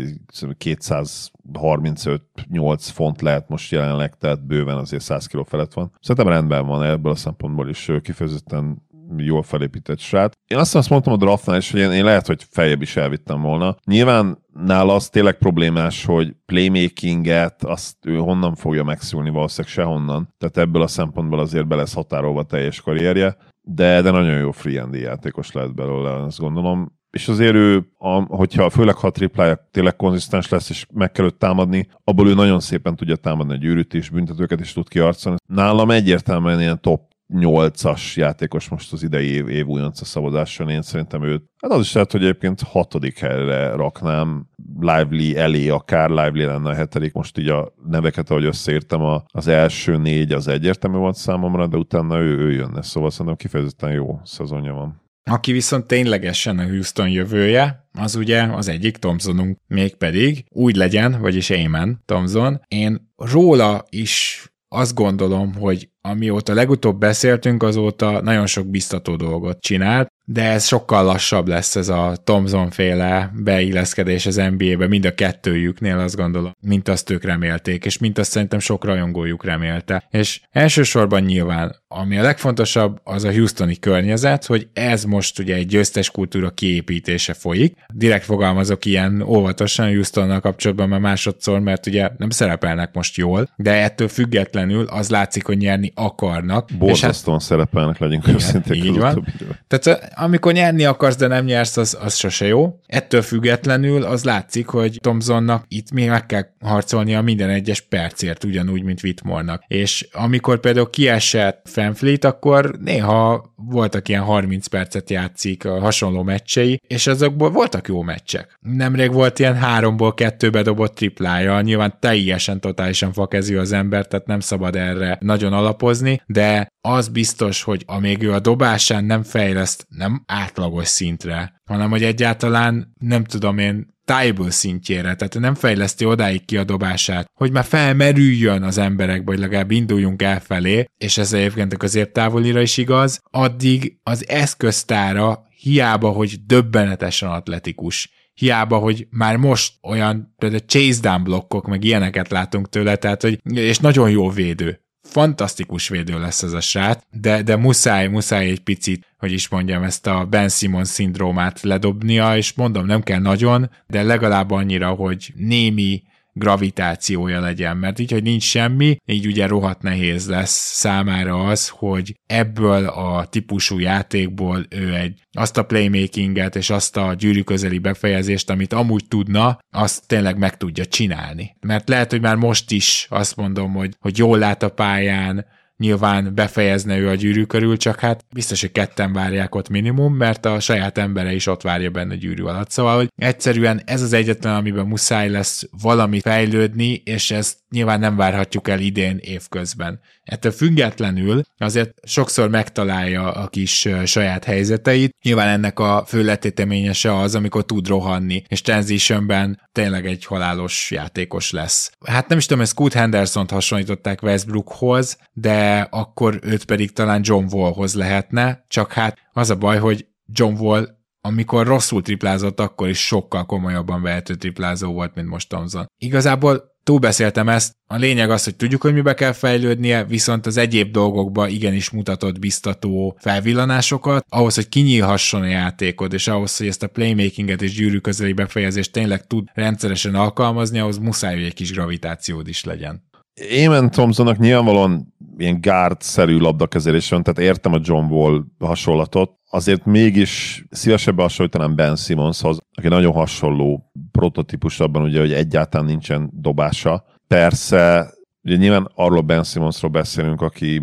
235-8 font lehet most jelenleg, tehát bőven azért 100 kg felett van. Szerintem rendben van ebből a szempontból is kifejezetten jól felépített srác. Én azt mondtam a draftnál is, hogy én lehet, hogy feljebb is elvittem volna. Nyilván nála az tényleg problémás, hogy playmakinget, azt ő honnan fogja megszülni, valószínűleg sehonnan. Tehát ebből a szempontból azért be lesz határolva teljes karrierje, de nagyon jó free and játékos lehet belőle, azt gondolom. És azért ő, főleg ha a triplája tényleg konzisztens lesz, és meg kell őt támadni, abból ő nagyon szépen tudja támadni a gyűrűt is, büntetőket is tud kiarcolni. Nálam egyértelműen ilyen top 8-as játékos most az idei év újonca szavazáson, én szerintem őt, hát az is lehet, hogy egyébként 6. helyre raknám, Lively elé, akár Lively lenne a 7. Most így a neveket, ahogy összeírtam, az első 4 az egyértelmű volt számomra, de utána ő jönne, szóval szerintem kifejezetten jó szezonja van. Aki viszont ténylegesen a Houston jövője, az ugye az egyik Thompsonunk, mégpedig úgy legyen, vagyis Amen Thompson. Én róla is azt gondolom, hogy amióta legutóbb beszéltünk, azóta nagyon sok biztató dolgot csinált, de ez sokkal lassabb lesz ez a Thompson-féle beilleszkedés az NBA-be, mind a kettőjüknél azt gondolom, mint azt ők remélték, és mint azt szerintem sok rajongójuk remélte. És elsősorban nyilván, ami a legfontosabb, az a houstoni környezet, hogy ez most ugye egy győztes kultúra kiépítése folyik. Direkt fogalmazok ilyen óvatosan Houstonnal kapcsolatban már másodszor, mert ugye nem szerepelnek most jól, de ettől függetlenül az látszik, hogy nyerni akarnak. Borzasztóan szerepelnek, legyünk őszinték. Így van. Tehát amikor nyerni akarsz, de nem nyersz, az sose jó. Ettől függetlenül az látszik, hogy Thompsonnak itt még meg kell harcolnia minden egyes percért, ugyanúgy, mint Whitmore-nak. És amikor például kiesett VanVleet, akkor néha voltak ilyen 30 percet játszik a hasonló meccsei, és azokból voltak jó meccsek. Nemrég volt ilyen 3-ból 2 bedobott triplája, nyilván teljesen totálisan fakezű az ember, tehát nem szabad erre nagyon alapozni, de az biztos, hogy amíg ő a dobásán nem fejleszt, nem átlagos szintre, hanem hogy egyáltalán nem tudom én table szintjére, tehát nem fejleszti odáig ki a dobását, hogy már felmerüljön az emberekbe, hogy legalább induljunk elfelé, és ez egyébként a középtávolira is igaz, addig az eszköztára hiába, hogy döbbenetesen atletikus, hiába, hogy már most olyan például chase down blokkok, meg ilyeneket látunk tőle, tehát, hogy, és nagyon jó védő. Fantasztikus védő lesz ez a srác, de muszáj egy picit, hogy is mondjam, ezt a Ben Simmons szindrómát ledobnia, és mondom, nem kell nagyon, de legalább annyira, hogy némi gravitációja legyen, mert így, hogy nincs semmi, így ugye rohadt nehéz lesz számára az, hogy ebből a típusú játékból ő azt a playmakinget és azt a gyűrű közeli befejezést, amit amúgy tudna, azt tényleg meg tudja csinálni. Mert lehet, hogy már most is azt mondom, hogy jól lát a pályán, nyilván befejezne ő a gyűrű körül, csak hát biztos, hogy ketten várják ott minimum, mert a saját embere is ott várja benne a gyűrű alatt. Szóval, hogy egyszerűen ez az egyetlen, amiben muszáj lesz valami fejlődni, és ezt nyilván nem várhatjuk el idén évközben. Ettől függetlenül azért sokszor megtalálja a kis saját helyzeteit. Nyilván ennek a fő letéteményese az, amikor tud rohanni, és transitionben tényleg egy halálos játékos lesz. Hát nem is tudom, hogy Scoot Hendersont hasonlították Westbrookhoz, de akkor őt pedig talán John Wallhoz lehetne, csak hát az a baj, hogy John Wall, amikor rosszul triplázott, akkor is sokkal komolyabban vehető triplázó volt, mint most Thompson. Igazából túlbeszéltem ezt, a lényeg az, hogy tudjuk, hogy mibe kell fejlődnie, viszont az egyéb dolgokba igenis mutatott biztató felvillanásokat, ahhoz, hogy kinyílhasson a játékod, és ahhoz, hogy ezt a playmakinget és gyűrű közeli befejezést tényleg tud rendszeresen alkalmazni, ahhoz muszáj, hogy egy kis gravitációd is legyen. Amen Thompsonnak nyilvánvalóan ilyen guard-szerű labdakezelés van, tehát értem a John Wall hasonlatot, azért mégis szívesebben hasonlítanám Ben Simmonshoz, aki nagyon hasonló prototípus abban, ugye, hogy egyáltalán nincsen dobása. Persze, ugye nyilván arról Ben Simmonsról beszélünk, aki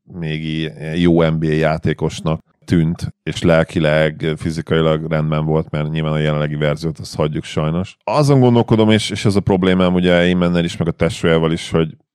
még jó NBA játékosnak tűnt, és lelkileg, fizikailag rendben volt, mert nyilván a jelenlegi verziót azt hagyjuk sajnos. Azon gondolkodom, és ez a problémám ugye Amennel is, meg a testvérjével is, hogy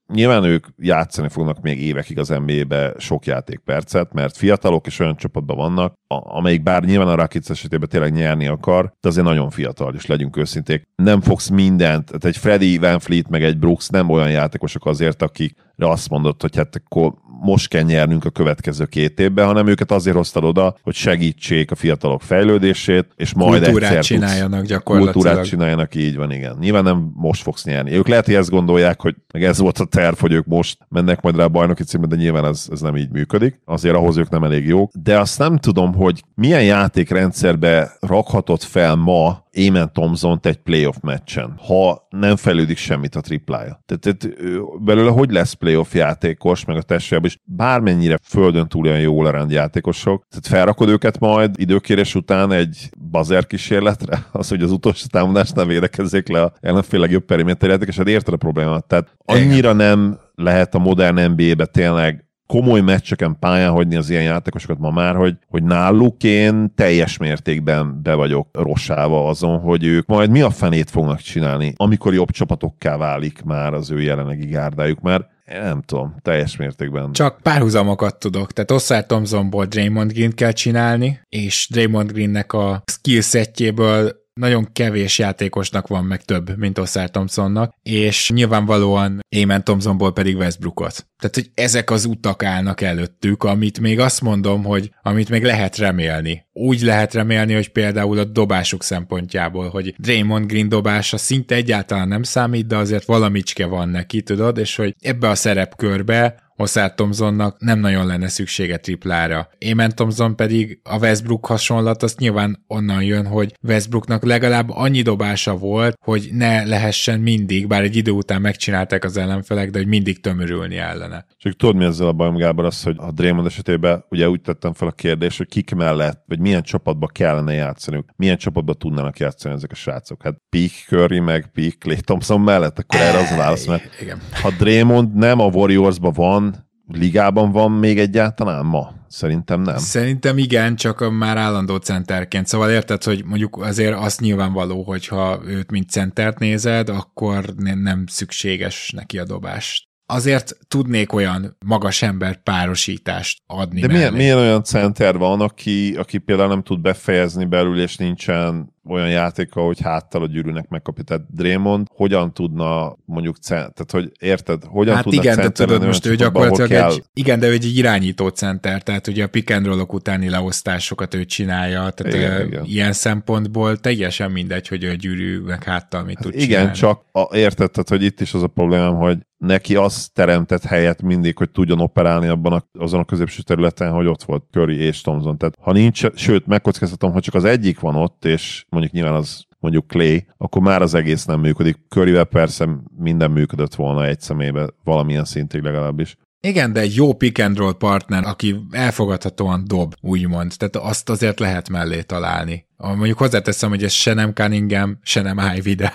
nyilván ők játszani fognak még évekig az NBA-be sok játékpercet, mert fiatalok és olyan csapatban vannak, amelyik bár nyilván a Rockets esetében tényleg nyerni akar, de azért nagyon fiatal, és legyünk őszinték. Nem fogsz mindent, tehát egy Freddie VanVleet meg egy Brooks nem olyan játékosok azért, akikre azt mondott, hogy hát akkor most kell nyernünk a következő 2 évben, hanem őket azért hoztad oda, hogy segítsék a fiatalok fejlődését, és majd kultúrát csináljanak gyakorlatilag. Kultúrát csináljanak, így van, igen. Nyilván nem most fogsz nyerni. Ők lehet, hogy ezt gondolják, hogy meg ez volt a terv, hogy ők most mennek majd rá a bajnoki címbe, de nyilván ez nem így működik. Azért ahhoz ők nem elég jók. De azt nem tudom, hogy milyen játékrendszerbe rakhatod fel ma Amen Thompsont egy playoff meccsen, ha nem fejlődik semmit a triplája. Tehát belőle hogy lesz playoff játékos, meg a testjában is bármennyire földön túl olyan jól lerend játékosok. Tehát felrakod őket majd időkérés után egy buzzer kísérletre, az, hogy az utolsó támadásnál védekezzék le a ellenfél legjobb periméter játékos, és érted a problémát. Tehát annyira nem lehet a modern NBA-be tényleg komoly meccseken pályán hagyni az ilyen játékosokat ma már, hogy náluk én teljes mértékben be vagyok rossálva azon, hogy ők majd mi a fenét fognak csinálni, amikor jobb csapatokká válik már az ő jelenlegi gárdájuk, mert én nem tudom, teljes mértékben. Csak párhuzamokat tudok, tehát Oscar Thompsonból Draymond Green kell csinálni, és Draymond Greennek a skillsetjéből nagyon kevés játékosnak van meg több, mint Oscar Thompsonnak, és nyilvánvalóan Amen Thompsonból pedig Westbrookot. Tehát, hogy ezek az utak állnak előttük, amit még azt mondom, hogy amit még lehet remélni. Úgy lehet remélni, hogy például a dobásuk szempontjából, hogy Draymond Green dobása szinte egyáltalán nem számít, de azért valamicske van neki, tudod, és hogy ebbe a szerepkörbe Oscar Thompsonnak nem nagyon lenne szüksége triplára. Amen Thompson pedig a Westbrook hasonlat, az nyilván onnan jön, hogy Westbrooknak legalább annyi dobása volt, hogy ne lehessen mindig, bár egy idő után megcsinálták az ellenfelek, de hogy mindig tömörülni ellene. Csak tudod, mi ezzel a bajom, Gábor, az, hogy a Draymond esetében ugye úgy tettem fel a kérdést, hogy kik mellett, vagy milyen csapatba kellene játszaniuk, milyen csapatba tudnának játszani ezek a srácok. Hát Peak Curry meg Peak Klay Thompson mellett, akkor erre az a válasz, mert ha Draymond nem a Warriorsba van, ligában van még egyáltalán ma? Szerintem nem. Szerintem igen, csak már állandó centerként. Szóval érted, hogy mondjuk azért az nyilvánvaló, hogyha őt mint centert nézed, akkor nem szükséges neki a dobás. Azért tudnék olyan magas ember párosítást adni. De milyen olyan center van, aki például nem tud befejezni belül, és nincsen olyan játéka, hogy háttal a gyűrűnek megkapja. Tehát Draymond hogyan tudna mondjuk, tehát hogy érted, hogyan hát tudna igen, de tudod most ő gyakorlatilag igen, de ő egy irányító center, tehát ugye a pick and roll-ok utáni leosztásokat ő csinálja, tehát igen. Ilyen szempontból teljesen mindegy, hogy a gyűrű meg háttal mit tud csinálni. Igen, csak érted, tehát, hogy itt is az a problémám, hogy neki az teremtett helyet mindig, hogy tudjon operálni azon a középső területen, hogy ott volt Curry és Thompson. Tehát ha nincs, sőt, megkockáztatom, ha csak az egyik van ott, és mondjuk nyilván az mondjuk Clay, akkor már az egész nem működik. Curryvel persze minden működött volna egy személyben, valamilyen szintig legalábbis. Igen, de egy jó pick and roll partner, aki elfogadhatóan dob, úgymond. Tehát azt azért lehet mellé találni. Mondjuk hozzáteszem, hogy ez se nem Cunningham, se nem Ivy, de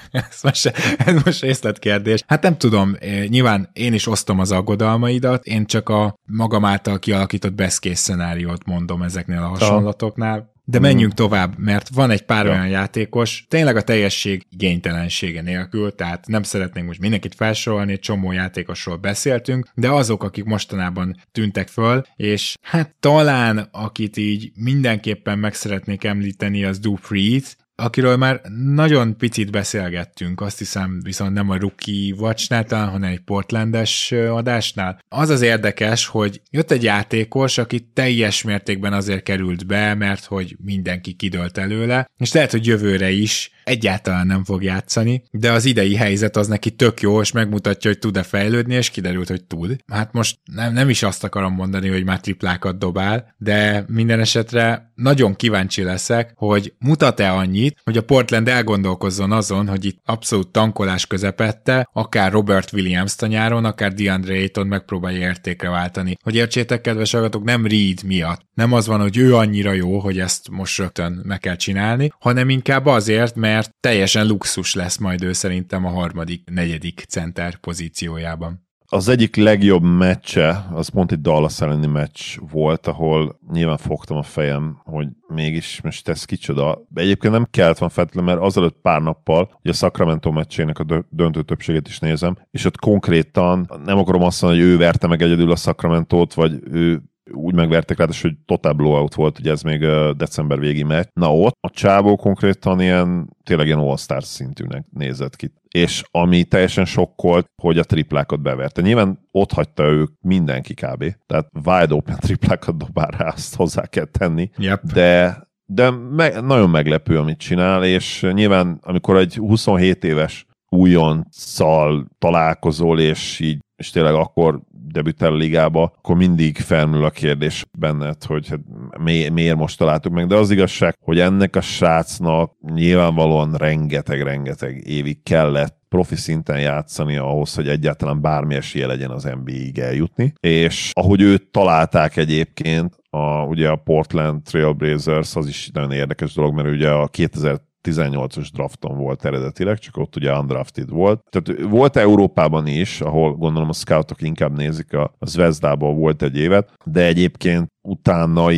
ez most részletkérdés. Hát nem tudom, nyilván én is osztom az aggodalmaidat, én csak a magam által kialakított best case szenáriót mondom ezeknél a hasonlatoknál. De menjünk tovább, mert van egy pár olyan játékos, tényleg a teljesség igénytelensége nélkül, tehát nem szeretnénk most mindenkit felsorolni, egy csomó játékosról beszéltünk, de azok, akik mostanában tűntek föl, és hát talán akit így mindenképpen meg szeretnék említeni, az Dupree-t, akiről már nagyon picit beszélgettünk, azt hiszem viszont nem a Rookie Watchnál talán, hanem egy Portlandes adásnál. Az az érdekes, hogy jött egy játékos, aki teljes mértékben azért került be, mert hogy mindenki kidőlt előle, és lehet, hogy jövőre is egyáltalán nem fog játszani, de az idei helyzet az neki tök jó, és megmutatja, hogy tud-e fejlődni, és kiderült, hogy tud. Hát most nem is azt akarom mondani, hogy már triplákat dobál, de minden esetre nagyon kíváncsi leszek, hogy mutat-e annyit, hogy a Portland elgondolkozzon azon, hogy itt abszolút tankolás közepette, akár Robert Williams-t a nyáron, akár DeAndre Ayton megpróbálja értékre váltani. Hogy értsétek, kedves hallgatók, nem Reed miatt. Nem az van, hogy ő annyira jó, hogy ezt most rögtön meg kell csinálni, hanem inkább azért, mert teljesen luxus lesz majd ő szerintem a harmadik, negyedik center pozíciójában. Az egyik legjobb meccse, az pont egy Dallas elleni meccs volt, ahol nyilván fogtam a fejem, hogy mégis most ez kicsoda. Egyébként nem kellett van feltétlenül, mert azelőtt pár nappal, ugye a Sacramento meccsének a döntő többséget is nézem, és ott konkrétan nem akarom azt mondani, hogy ő verte meg egyedül a Sacramentót, vagy ő úgy megverték rá, hogy totál blowout volt, ugye ez még december végi meccs. Na ott a csávó konkrétan tényleg ilyen all-star szintűnek nézett ki. És ami teljesen sokkolt, hogy a triplákat beverte. Nyilván ott hagyta ők mindenki kb. Tehát wide open triplákat dobál rá, azt hozzá kell tenni. Yep. De nagyon meglepő, amit csinál, és nyilván amikor egy 27 éves újonccal találkozol, és tényleg akkor debütál a ligába, akkor mindig felmerül a kérdés benned, hogy hát miért most találtuk meg, de az igazság, hogy ennek a srácnak nyilvánvalóan rengeteg évig kellett profi szinten játszani ahhoz, hogy egyáltalán bármi esélye legyen az NBA-ig eljutni, és ahogy őt találták egyébként, ugye a Portland Trail Blazers, az is nagyon érdekes dolog, mert ugye a 2018-as drafton volt eredetileg, csak ott ugye undrafted volt. Tehát volt Európában is, ahol gondolom a scoutok inkább nézik, a Zvezdában volt egy évet, de egyébként utána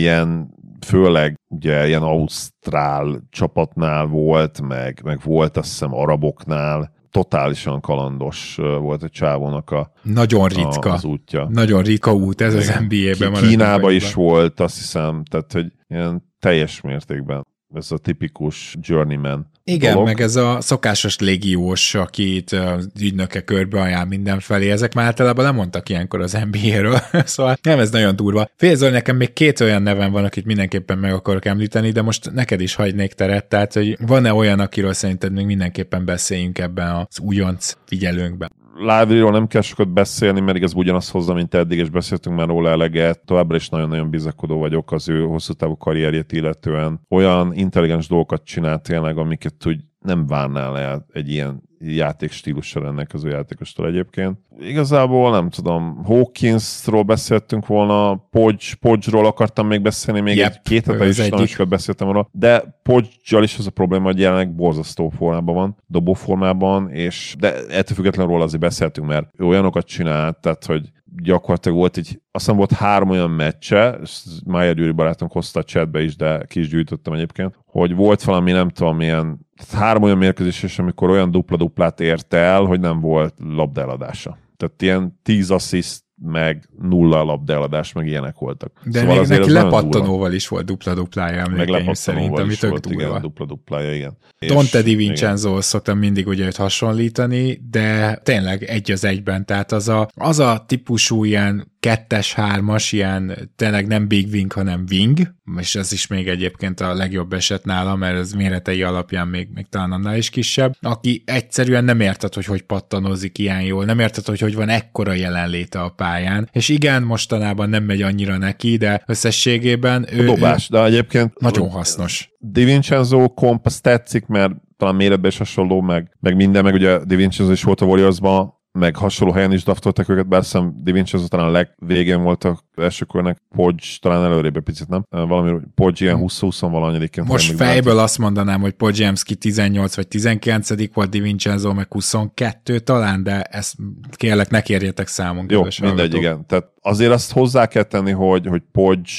főleg ugye ilyen ausztrál csapatnál volt, meg volt azt hiszem araboknál, totálisan kalandos volt a csávónak nagyon ritka. Az útja. Nagyon ritka út ez az NBA-ben. Kínában is volt, azt hiszem, tehát hogy ilyen teljes mértékben ez a tipikus journeyman igen, dolog. meg ez a szokásos légiós, akit az ügynöke körbe ajánl mindenfelé, ezek már általában nem mondtak ilyenkor az NBA-ről, szóval nem, ez nagyon durva. Félzol, nekem még 2 olyan nevem van, akit mindenképpen meg akarok említeni, de most neked is hagynék teret, tehát hogy van-e olyan, akiről szerinted még mindenképpen beszéljünk ebben az újonc figyelőnkben? Lively-ról nem kell sokat beszélni, mert igaz ugyanazt hozza, mint eddig, és beszéltünk már róla eleget. Továbbra is nagyon-nagyon bizakodó vagyok az ő hosszú távú karrierjét illetően. Olyan intelligens dolgokat csinált tényleg, amiket úgy nem várnál el egy ilyen játékstílussal ennek az ő játékostól egyébként. Igazából nem tudom, Hawkinsról beszéltünk volna, Podge-ról akartam még beszélni, még két hete is nagyon sokat beszéltem volna, de Podge-jal is az a probléma, hogy jelenleg borzasztó formában van, dobóformában, de ettől függetlenül róla azért beszéltünk, mert ő olyanokat csinált, tehát hogy gyakorlatilag volt azt hiszem volt 3 olyan meccse, és Májer Gyuri barátunk hozta a chatbe is, de ki is gyűjtöttem egyébként, hogy volt valami nem tudom milyen, 3 olyan mérkőzés, amikor olyan dupla-duplát ért el, hogy nem volt labdaeladása. Tehát ilyen 10 assziszt, meg 0 labdaeladás, meg ilyenek voltak. De szóval még neki lepattanóval is volt dupla-duplája, emlékeim szerint, ami tök durva. Igen, dupla-duplája, igen. Dante DiVincenzo szoktam mindig ugye őt hasonlítani, de tényleg 1-1-ben, tehát az a típusú ilyen 2-3-as, ilyen tényleg nem big wing, hanem wing, és ez is még egyébként a legjobb eset nála, mert az méretei alapján még talán annál is kisebb, aki egyszerűen nem érted, hogy pattanozik ilyen jól, nem érted, hogy van ekkora jelenléte a pályán, és igen, mostanában nem megy annyira neki, de összességében ő dobás, de egyébként nagyon hasznos. DiVincenzo komp, azt tetszik, mert talán méretben is hasonló, meg minden, meg ugye DiVincenzo is volt a Warriorsban, meg hasonló helyen is draftolták őket, bár szem DiVincenzo talán a legvégén volt az első körnek, Podge talán előrébb picit, nem? Valami Podge ilyen 20-20 valahanyadiként. Most fejből azt mondanám, hogy Podziemski 18 vagy 19 volt, DiVincenzo meg 22 talán, de ezt kérlek, ne kérjétek számon. Jó, mindegy, igen. Tehát azért azt hozzá kell tenni, hogy Podge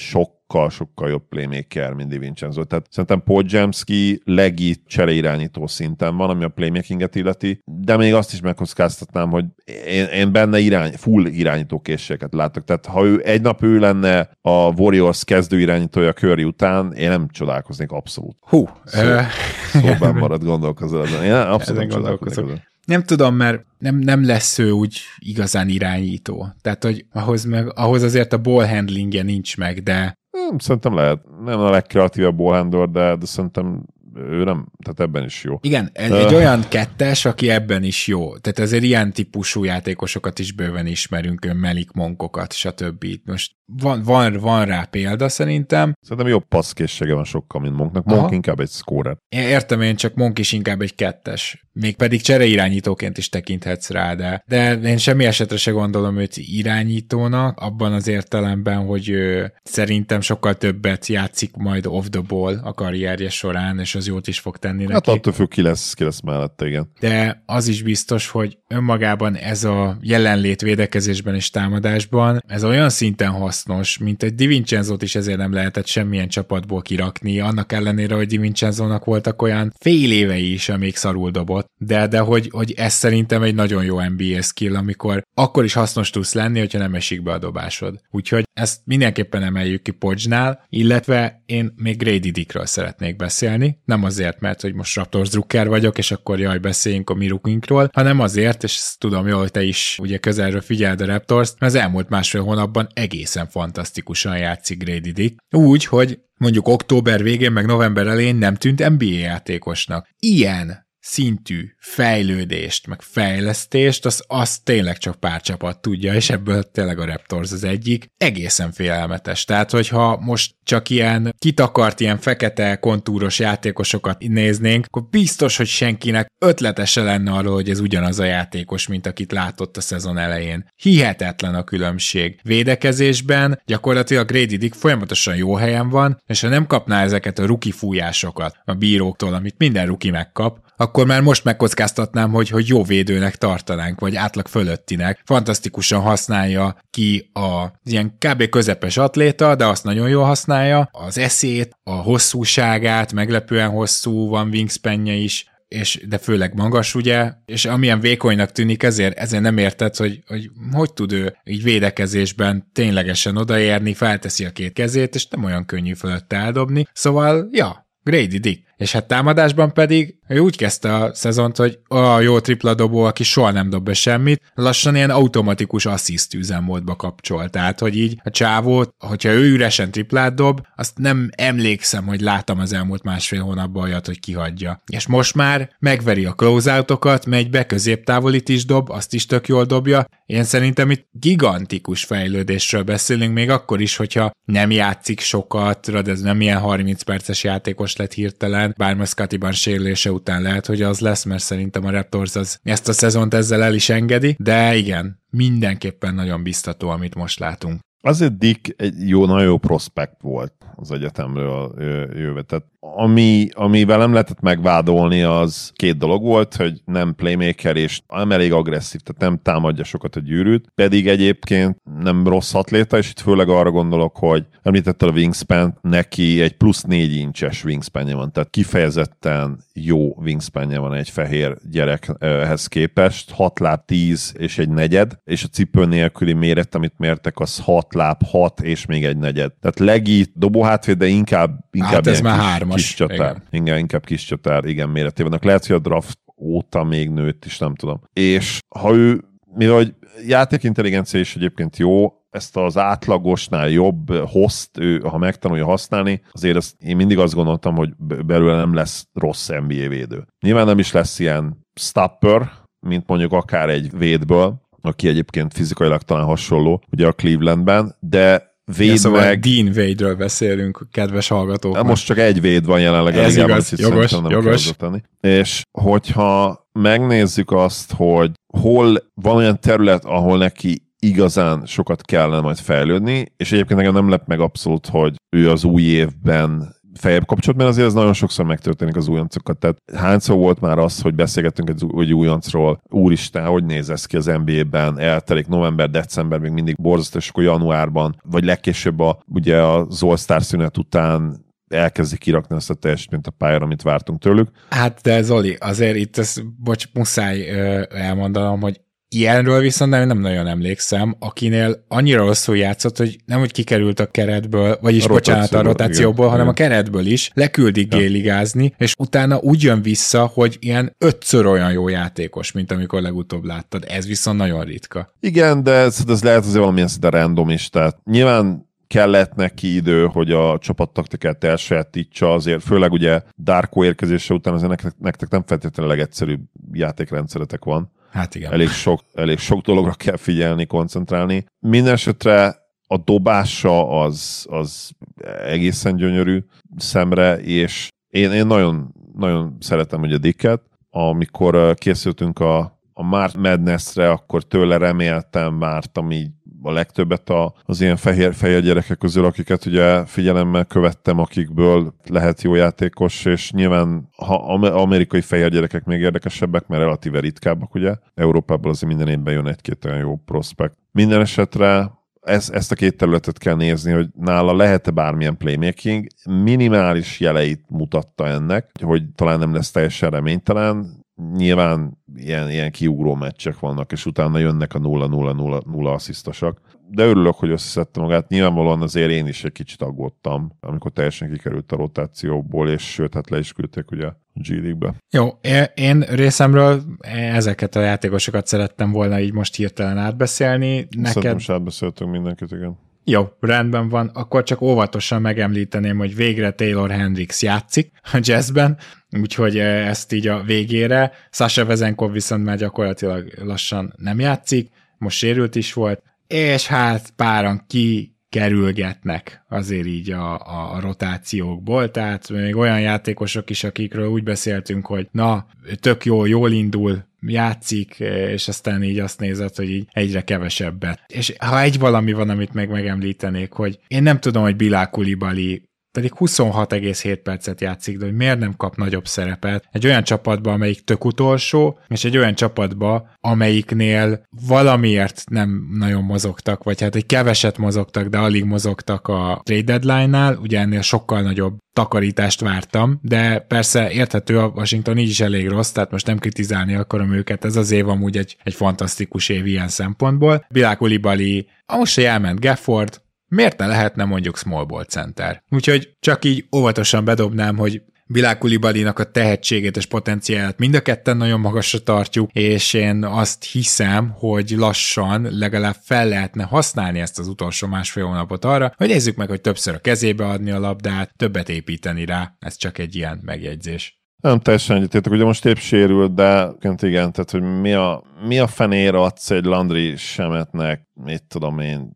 sokkal jobb playmaker, mint DiVincenzo. Tehát szerintem Podziemski legit csereirányító szinten van, ami a playmakinget illeti, de még azt is megkockáztatnám, hogy én benne full irányító készségeket látok. Tehát ha egy nap ő lenne a Warriors kezdő irányítója Curry után, én nem csodálkoznék abszolút. Szóban marad gondolkozol ezen. Én abszolút csodálkoznék. Nem tudom, mert nem lesz ő úgy igazán irányító. Tehát, hogy ahhoz azért a ball handlingje nincs meg, de... Szerintem lehet. Nem a legkreatívabb ballhandler, de szerintem ő nem, tehát ebben is jó. Igen, egy olyan kettes, aki ebben is jó. Tehát ezért ilyen típusú játékosokat is bőven ismerünk, Melik Monkokat, stb. Most van rá példa szerintem. Szerintem jobb passzkészsége van sokkal, mint Monknak. Monk inkább egy scorer. Értem én, csak Monk is inkább egy kettes. Mégpedig csereirányítóként is tekinthetsz rá, de én semmi esetre se gondolom őt irányítónak, abban az értelemben, hogy szerintem sokkal többet játszik majd off the ball a karrierje során, és az Raptors jót is fog tenni neki. Hát attól függ, ki lesz mellette, igen. De az is biztos, hogy önmagában ez a jelenlét védekezésben és támadásban, ez olyan szinten hasznos, mint egy DiVincenzót is ezért nem lehetett semmilyen csapatból kirakni, annak ellenére, hogy DiVincenzónak voltak olyan fél évei is, amíg szarul dobott, de hogy ez szerintem egy nagyon jó NBA skill, amikor akkor is hasznos tudsz lenni, hogyha nem esik be a dobásod. Úgyhogy ezt mindenképpen emeljük ki Podzsnál, illetve én még Grady Dickről szeretnék beszélni, nem azért, mert hogy most Raptors drukker vagyok, és akkor jaj, beszéljünk a mi rukinkról, hanem azért, és ezt tudom jól, hogy te is ugye közelről figyeld a Raptors-t, mert az elmúlt másfél hónapban egészen fantasztikusan játszik Grady Dick. Úgy, hogy mondjuk október végén, meg november elején nem tűnt NBA játékosnak. Ilyen szintű fejlődést, meg fejlesztést, az tényleg csak pár csapat tudja, és ebből tényleg a Raptors az egyik. Egészen félelmetes. Tehát, hogyha most csak ilyen kitakart, ilyen fekete kontúros játékosokat néznénk, akkor biztos, hogy senkinek ötletese lenne arról, hogy ez ugyanaz a játékos, mint akit látott a szezon elején. Hihetetlen a különbség. Védekezésben gyakorlatilag Grady Dick folyamatosan jó helyen van, és ha nem kapná ezeket a rookie fújásokat a bíróktól, amit minden rookie megkap, akkor már most megkockáztatnám, hogy jó védőnek tartanánk, vagy átlag fölöttinek. Fantasztikusan használja ki az ilyen kb. Közepes atléta, de azt nagyon jól használja, az eszét, a hosszúságát, meglepően hosszú, van wingspanje is, de főleg magas, ugye, és amilyen vékonynak tűnik, ezért nem érted, hogy tud ő így védekezésben ténylegesen odaérni, felteszi a két kezét, és nem olyan könnyű fölött eldobni. Szóval, ja, Grady Dick. És hát támadásban pedig ő úgy kezdte a szezont, hogy a jó tripla dobó, aki soha nem dob be semmit, lassan ilyen automatikus assziszt üzemmódba kapcsol. Tehát, hogy így a csávót, hogyha ő üresen triplát dob, azt nem emlékszem, hogy láttam az elmúlt másfél hónapban olyat, hogy kihagyja. És most már megveri a closeoutokat, megy be, középtávolit is dob, azt is tök jól dobja. Én szerintem itt gigantikus fejlődésről beszélünk, még akkor is, hogyha nem játszik sokat, ez nem ilyen 30 perces játékos lett hirtelen, bár most Scottie-ban sérülése után lehet, hogy az lesz, mert szerintem a Raptors ezt a szezont ezzel el is engedi, de igen, mindenképpen nagyon biztató, amit most látunk. Azért Dick egy nagyon jó prospekt volt az egyetemről jöve. Tehát amivel nem lehetett megvádolni, az két dolog volt, hogy nem playmaker és nem elég agresszív, tehát nem támadja sokat a gyűrűt, pedig egyébként nem rossz atléta, és itt főleg arra gondolok, hogy említetted a wingspan, neki egy plusz 4 incses wingspanje van, tehát kifejezetten jó wingspanje van egy fehér gyerekhez képest, 6 láb 10 és egy negyed, és a cipő nélküli méret, amit mértek, az 6 láb 6 és még egy negyed. Tehát legit, dobóhátvéd, de inkább hát ez már kis csatár. Igen, inkább kis csatár, igen, méretében vannak. Lehet, hogy a draft óta még nőtt is, nem tudom. És ha ő, mivel játékintelligencia is egyébként jó, ezt az átlagosnál jobb host, ő, ha megtanulja használni, azért én mindig azt gondoltam, hogy belőle nem lesz rossz NBA védő. Nyilván nem is lesz ilyen stopper, mint mondjuk akár egy védből, aki egyébként fizikailag talán hasonló, ugye a Clevelandben, de Wade szóval meg... Dean Wade-ről beszélünk, kedves hallgatók. Most csak egy Wade van jelenleg. Ez igaz, jogos. És hogyha megnézzük azt, hogy hol van olyan terület, ahol neki igazán sokat kellene majd fejlődni, és egyébként nekem nem lep meg abszolút, hogy ő az új évben feljebb kapcsolat, mert azért ez nagyon sokszor megtörténik az újoncokat. Tehát hányszor volt már az, hogy beszélgettünk egy újoncról, úristen, hogy néz ez ki az NBA-ben, eltelik november, december, még mindig borzasztó, és akkor januárban, vagy legkésőbb ugye az All-Star szünet után elkezdik kirakni azt a teljesítményt a pályára, amit vártunk tőlük. Hát de Zoli, azért itt muszáj elmondanom, hogy ilyenről viszont nem nagyon emlékszem, akinél annyira rosszul játszott, hogy nem úgy kikerült a keretből, vagyis a rotációból, igen, hanem igen. A keretből is, leküldik G-ligázni, és utána úgy jön vissza, hogy ilyen 5-ször olyan jó játékos, mint amikor legutóbb láttad. Ez viszont nagyon ritka. Igen, de ez lehet azért valamilyen szinte random is, tehát nyilván kellett neki idő, hogy a csapattaktikát elsajátítsa, azért főleg ugye Darko érkezése után azért nektek nem feltétlenül legegyszerűbb játékrendszeretek van. Hát igen. Elég sok dologra kell figyelni, koncentrálni. Mindenesetre a dobása az egészen gyönyörű szemre, és én nagyon, nagyon szeretem ugye Dicket. Amikor készültünk a March Madness-re, akkor tőle reméltem, vártam így a legtöbbet az ilyen fehér gyerekek közül, akiket ugye figyelemmel követtem, akikből lehet jó játékos, és nyilván amerikai fehér gyerekek még érdekesebbek, mert relatíve ritkábbak, ugye. Európában azért minden évben jön egy-két olyan jó prospekt. Minden esetre ezt a két területet kell nézni, hogy nála lehet-e bármilyen playmaking, minimális jeleit mutatta ennek, hogy talán nem lesz teljesen reménytelen, nyilván ilyen kiugró meccsek vannak, és utána jönnek a 0-0-0 asszisztosak. De örülök, hogy összeszedte magát. Nyilvánvalóan azért én is egy kicsit aggódtam, amikor teljesen kikerült a rotációból, és sőt, hát le is küldték ugye a G-League-be. Jó, én részemről ezeket a játékosokat szerettem volna így most hirtelen átbeszélni. Szerintem is átbeszéltünk mindenkit, igen. Jó, rendben van. Akkor csak óvatosan megemlíteném, hogy végre Taylor Hendricks játszik a Jazzben, úgyhogy ezt így a végére. Sasha Vezenkov viszont már gyakorlatilag lassan nem játszik, most sérült is volt, és hát páran kikerülgetnek azért így a rotációkból, tehát még olyan játékosok is, akikről úgy beszéltünk, hogy na, tök jól indul, játszik, és aztán így azt nézed, hogy így egyre kevesebbet. És ha egy valami van, amit megemlítenék, hogy én nem tudom, hogy Bilal Coulibaly pedig 26,7 percet játszik, de hogy miért nem kap nagyobb szerepet egy olyan csapatba, amelyik tök utolsó, és egy olyan csapatba, amelyiknél valamiért nem nagyon mozogtak, vagy hát egy keveset mozogtak, de alig mozogtak a trade deadline-nál, ugye ennél sokkal nagyobb takarítást vártam, de persze érthető, a Washington így is elég rossz, tehát most nem kritizálni akarom őket, ez az év amúgy egy fantasztikus év ilyen szempontból. Bilal Coulibaly, most elment Gafford, miért ne lehetne mondjuk small ball center? Úgyhogy csak így óvatosan bedobnám, hogy Bilal Coulibalynak a tehetségét és potenciáját mind a ketten nagyon magasra tartjuk, és én azt hiszem, hogy lassan legalább fel lehetne használni ezt az utolsó másfél hónapot arra, hogy nézzük meg, hogy többször a kezébe adni a labdát, többet építeni rá, ez csak egy ilyen megjegyzés. Nem teljesen egyetértek, ugye most épp sérült, de igen, tehát hogy mi a fenér adsz egy Landry Shametnek, mit tudom én,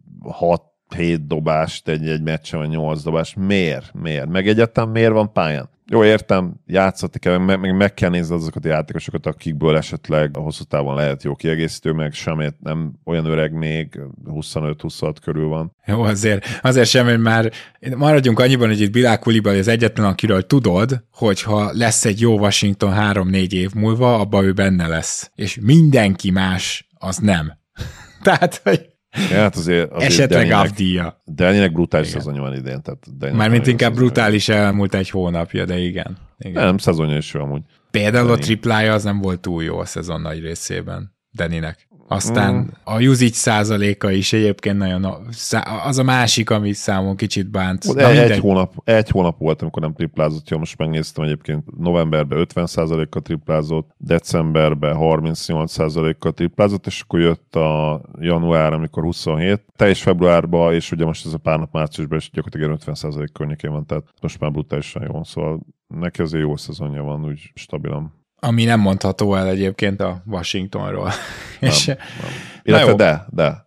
6-7 dobást egy meccsen, vagy 8 dobást. Miért? Meg egyáltalán miért van pályán? Jó, értem, játszati kell, meg kell nézni azokat a játékosokat, akikből esetleg a hosszú távon lehet jó kiegészítő, meg Shamet nem olyan öreg még, 25-26 körül van. Jó, azért sem, hogy már maradjunk annyiban, hogy itt Bilal Coulibaly az egyetlen, akiről tudod, hogyha lesz egy jó Washington 3-4 év múlva, abban ő benne lesz. És mindenki más az nem. Tehát, hogy ja, hát azért esetleg Avdija. Danielnek brutális szezonja van idén. Mármint inkább brutális elmúlt egy hónapja, de igen. Nem, szezonja is jó amúgy. Például a triplája az nem volt túl jó a szezon nagy részében Daninek. Aztán a usage százaléka is egyébként nagyon, az a másik, ami számon kicsit bánt. Egy hónap volt, amikor nem triplázott. Jó, most megnéztem egyébként, novemberben 50%-kal triplázott, decemberben 38%-kal triplázott, és akkor jött a január, amikor 27, teljes februárban, és ugye most ez a pár nap márciusban is gyakorlatilag 50% környékén van, tehát most már brutálisan jó, szóval neki azért jó szezonja van, úgy stabilan. Ami nem mondható el egyébként a Washingtonról. Nem. Illetve de.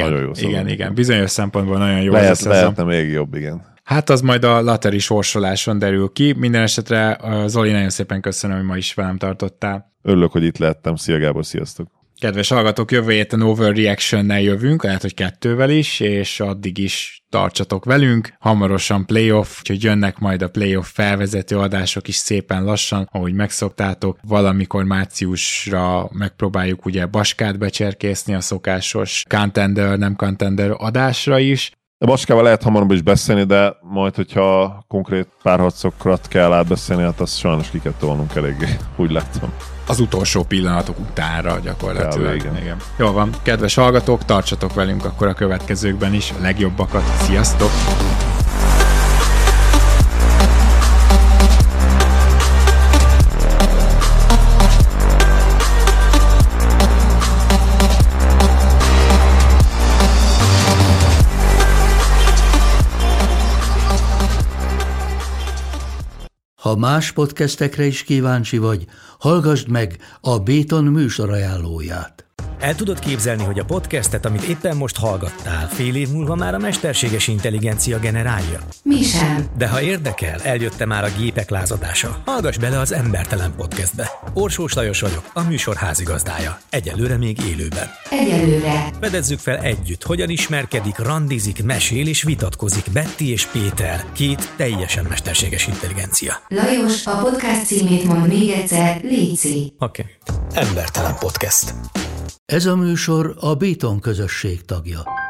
Igen. Bizonyos szempontból nagyon jó. Lehetne még jobb, igen. Hát az majd a lateri sorsoláson derül ki. Minden esetre Zoli, nagyon szépen köszönöm, hogy ma is velem tartottál. Örülök, hogy itt lehettem. Szia Gábor, sziasztok! Kedves hallgatók, jövő héten Overreaction-nel jövünk, lehet, hogy 2-vel is, és addig is tartsatok velünk. Hamarosan playoff, úgyhogy jönnek majd a playoff felvezető adások is szépen lassan, ahogy megszoktátok. Valamikor márciusra megpróbáljuk ugye Baskát becserkészni a szokásos contender, nem contender adásra is. A Baskával lehet hamarabb is beszélni, de majd, hogyha konkrét párharcokat kell átbeszélni, hát azt sajnos ki kell tolnunk eléggé, úgy láttam. Az utolsó pillanatok utánra gyakorlatilag. Igen. Jól van, kedves hallgatók, tartsatok velünk akkor a következőkben is, a legjobbakat. Sziasztok! Ha más podcastekre is kíváncsi vagy, hallgassd meg a Béton műsor ajánlóját. El tudod képzelni, hogy a podcastet, amit éppen most hallgattál, fél év múlva már a mesterséges intelligencia generálja? Mi sem. De ha érdekel, eljött már a gépek lázadása. Hallgass bele az Embertelen Podcastbe. Orsós Lajos vagyok, a műsor házigazdája. Egyelőre még élőben. Egyelőre. Fedezzük fel együtt, hogyan ismerkedik, randizik, mesél és vitatkozik Betty és Péter, két teljesen mesterséges intelligencia. Lajos, a podcast címét mond még egyszer, léci. Oké. Embertelen Podcast. Ez a műsor a Béton közösség tagja.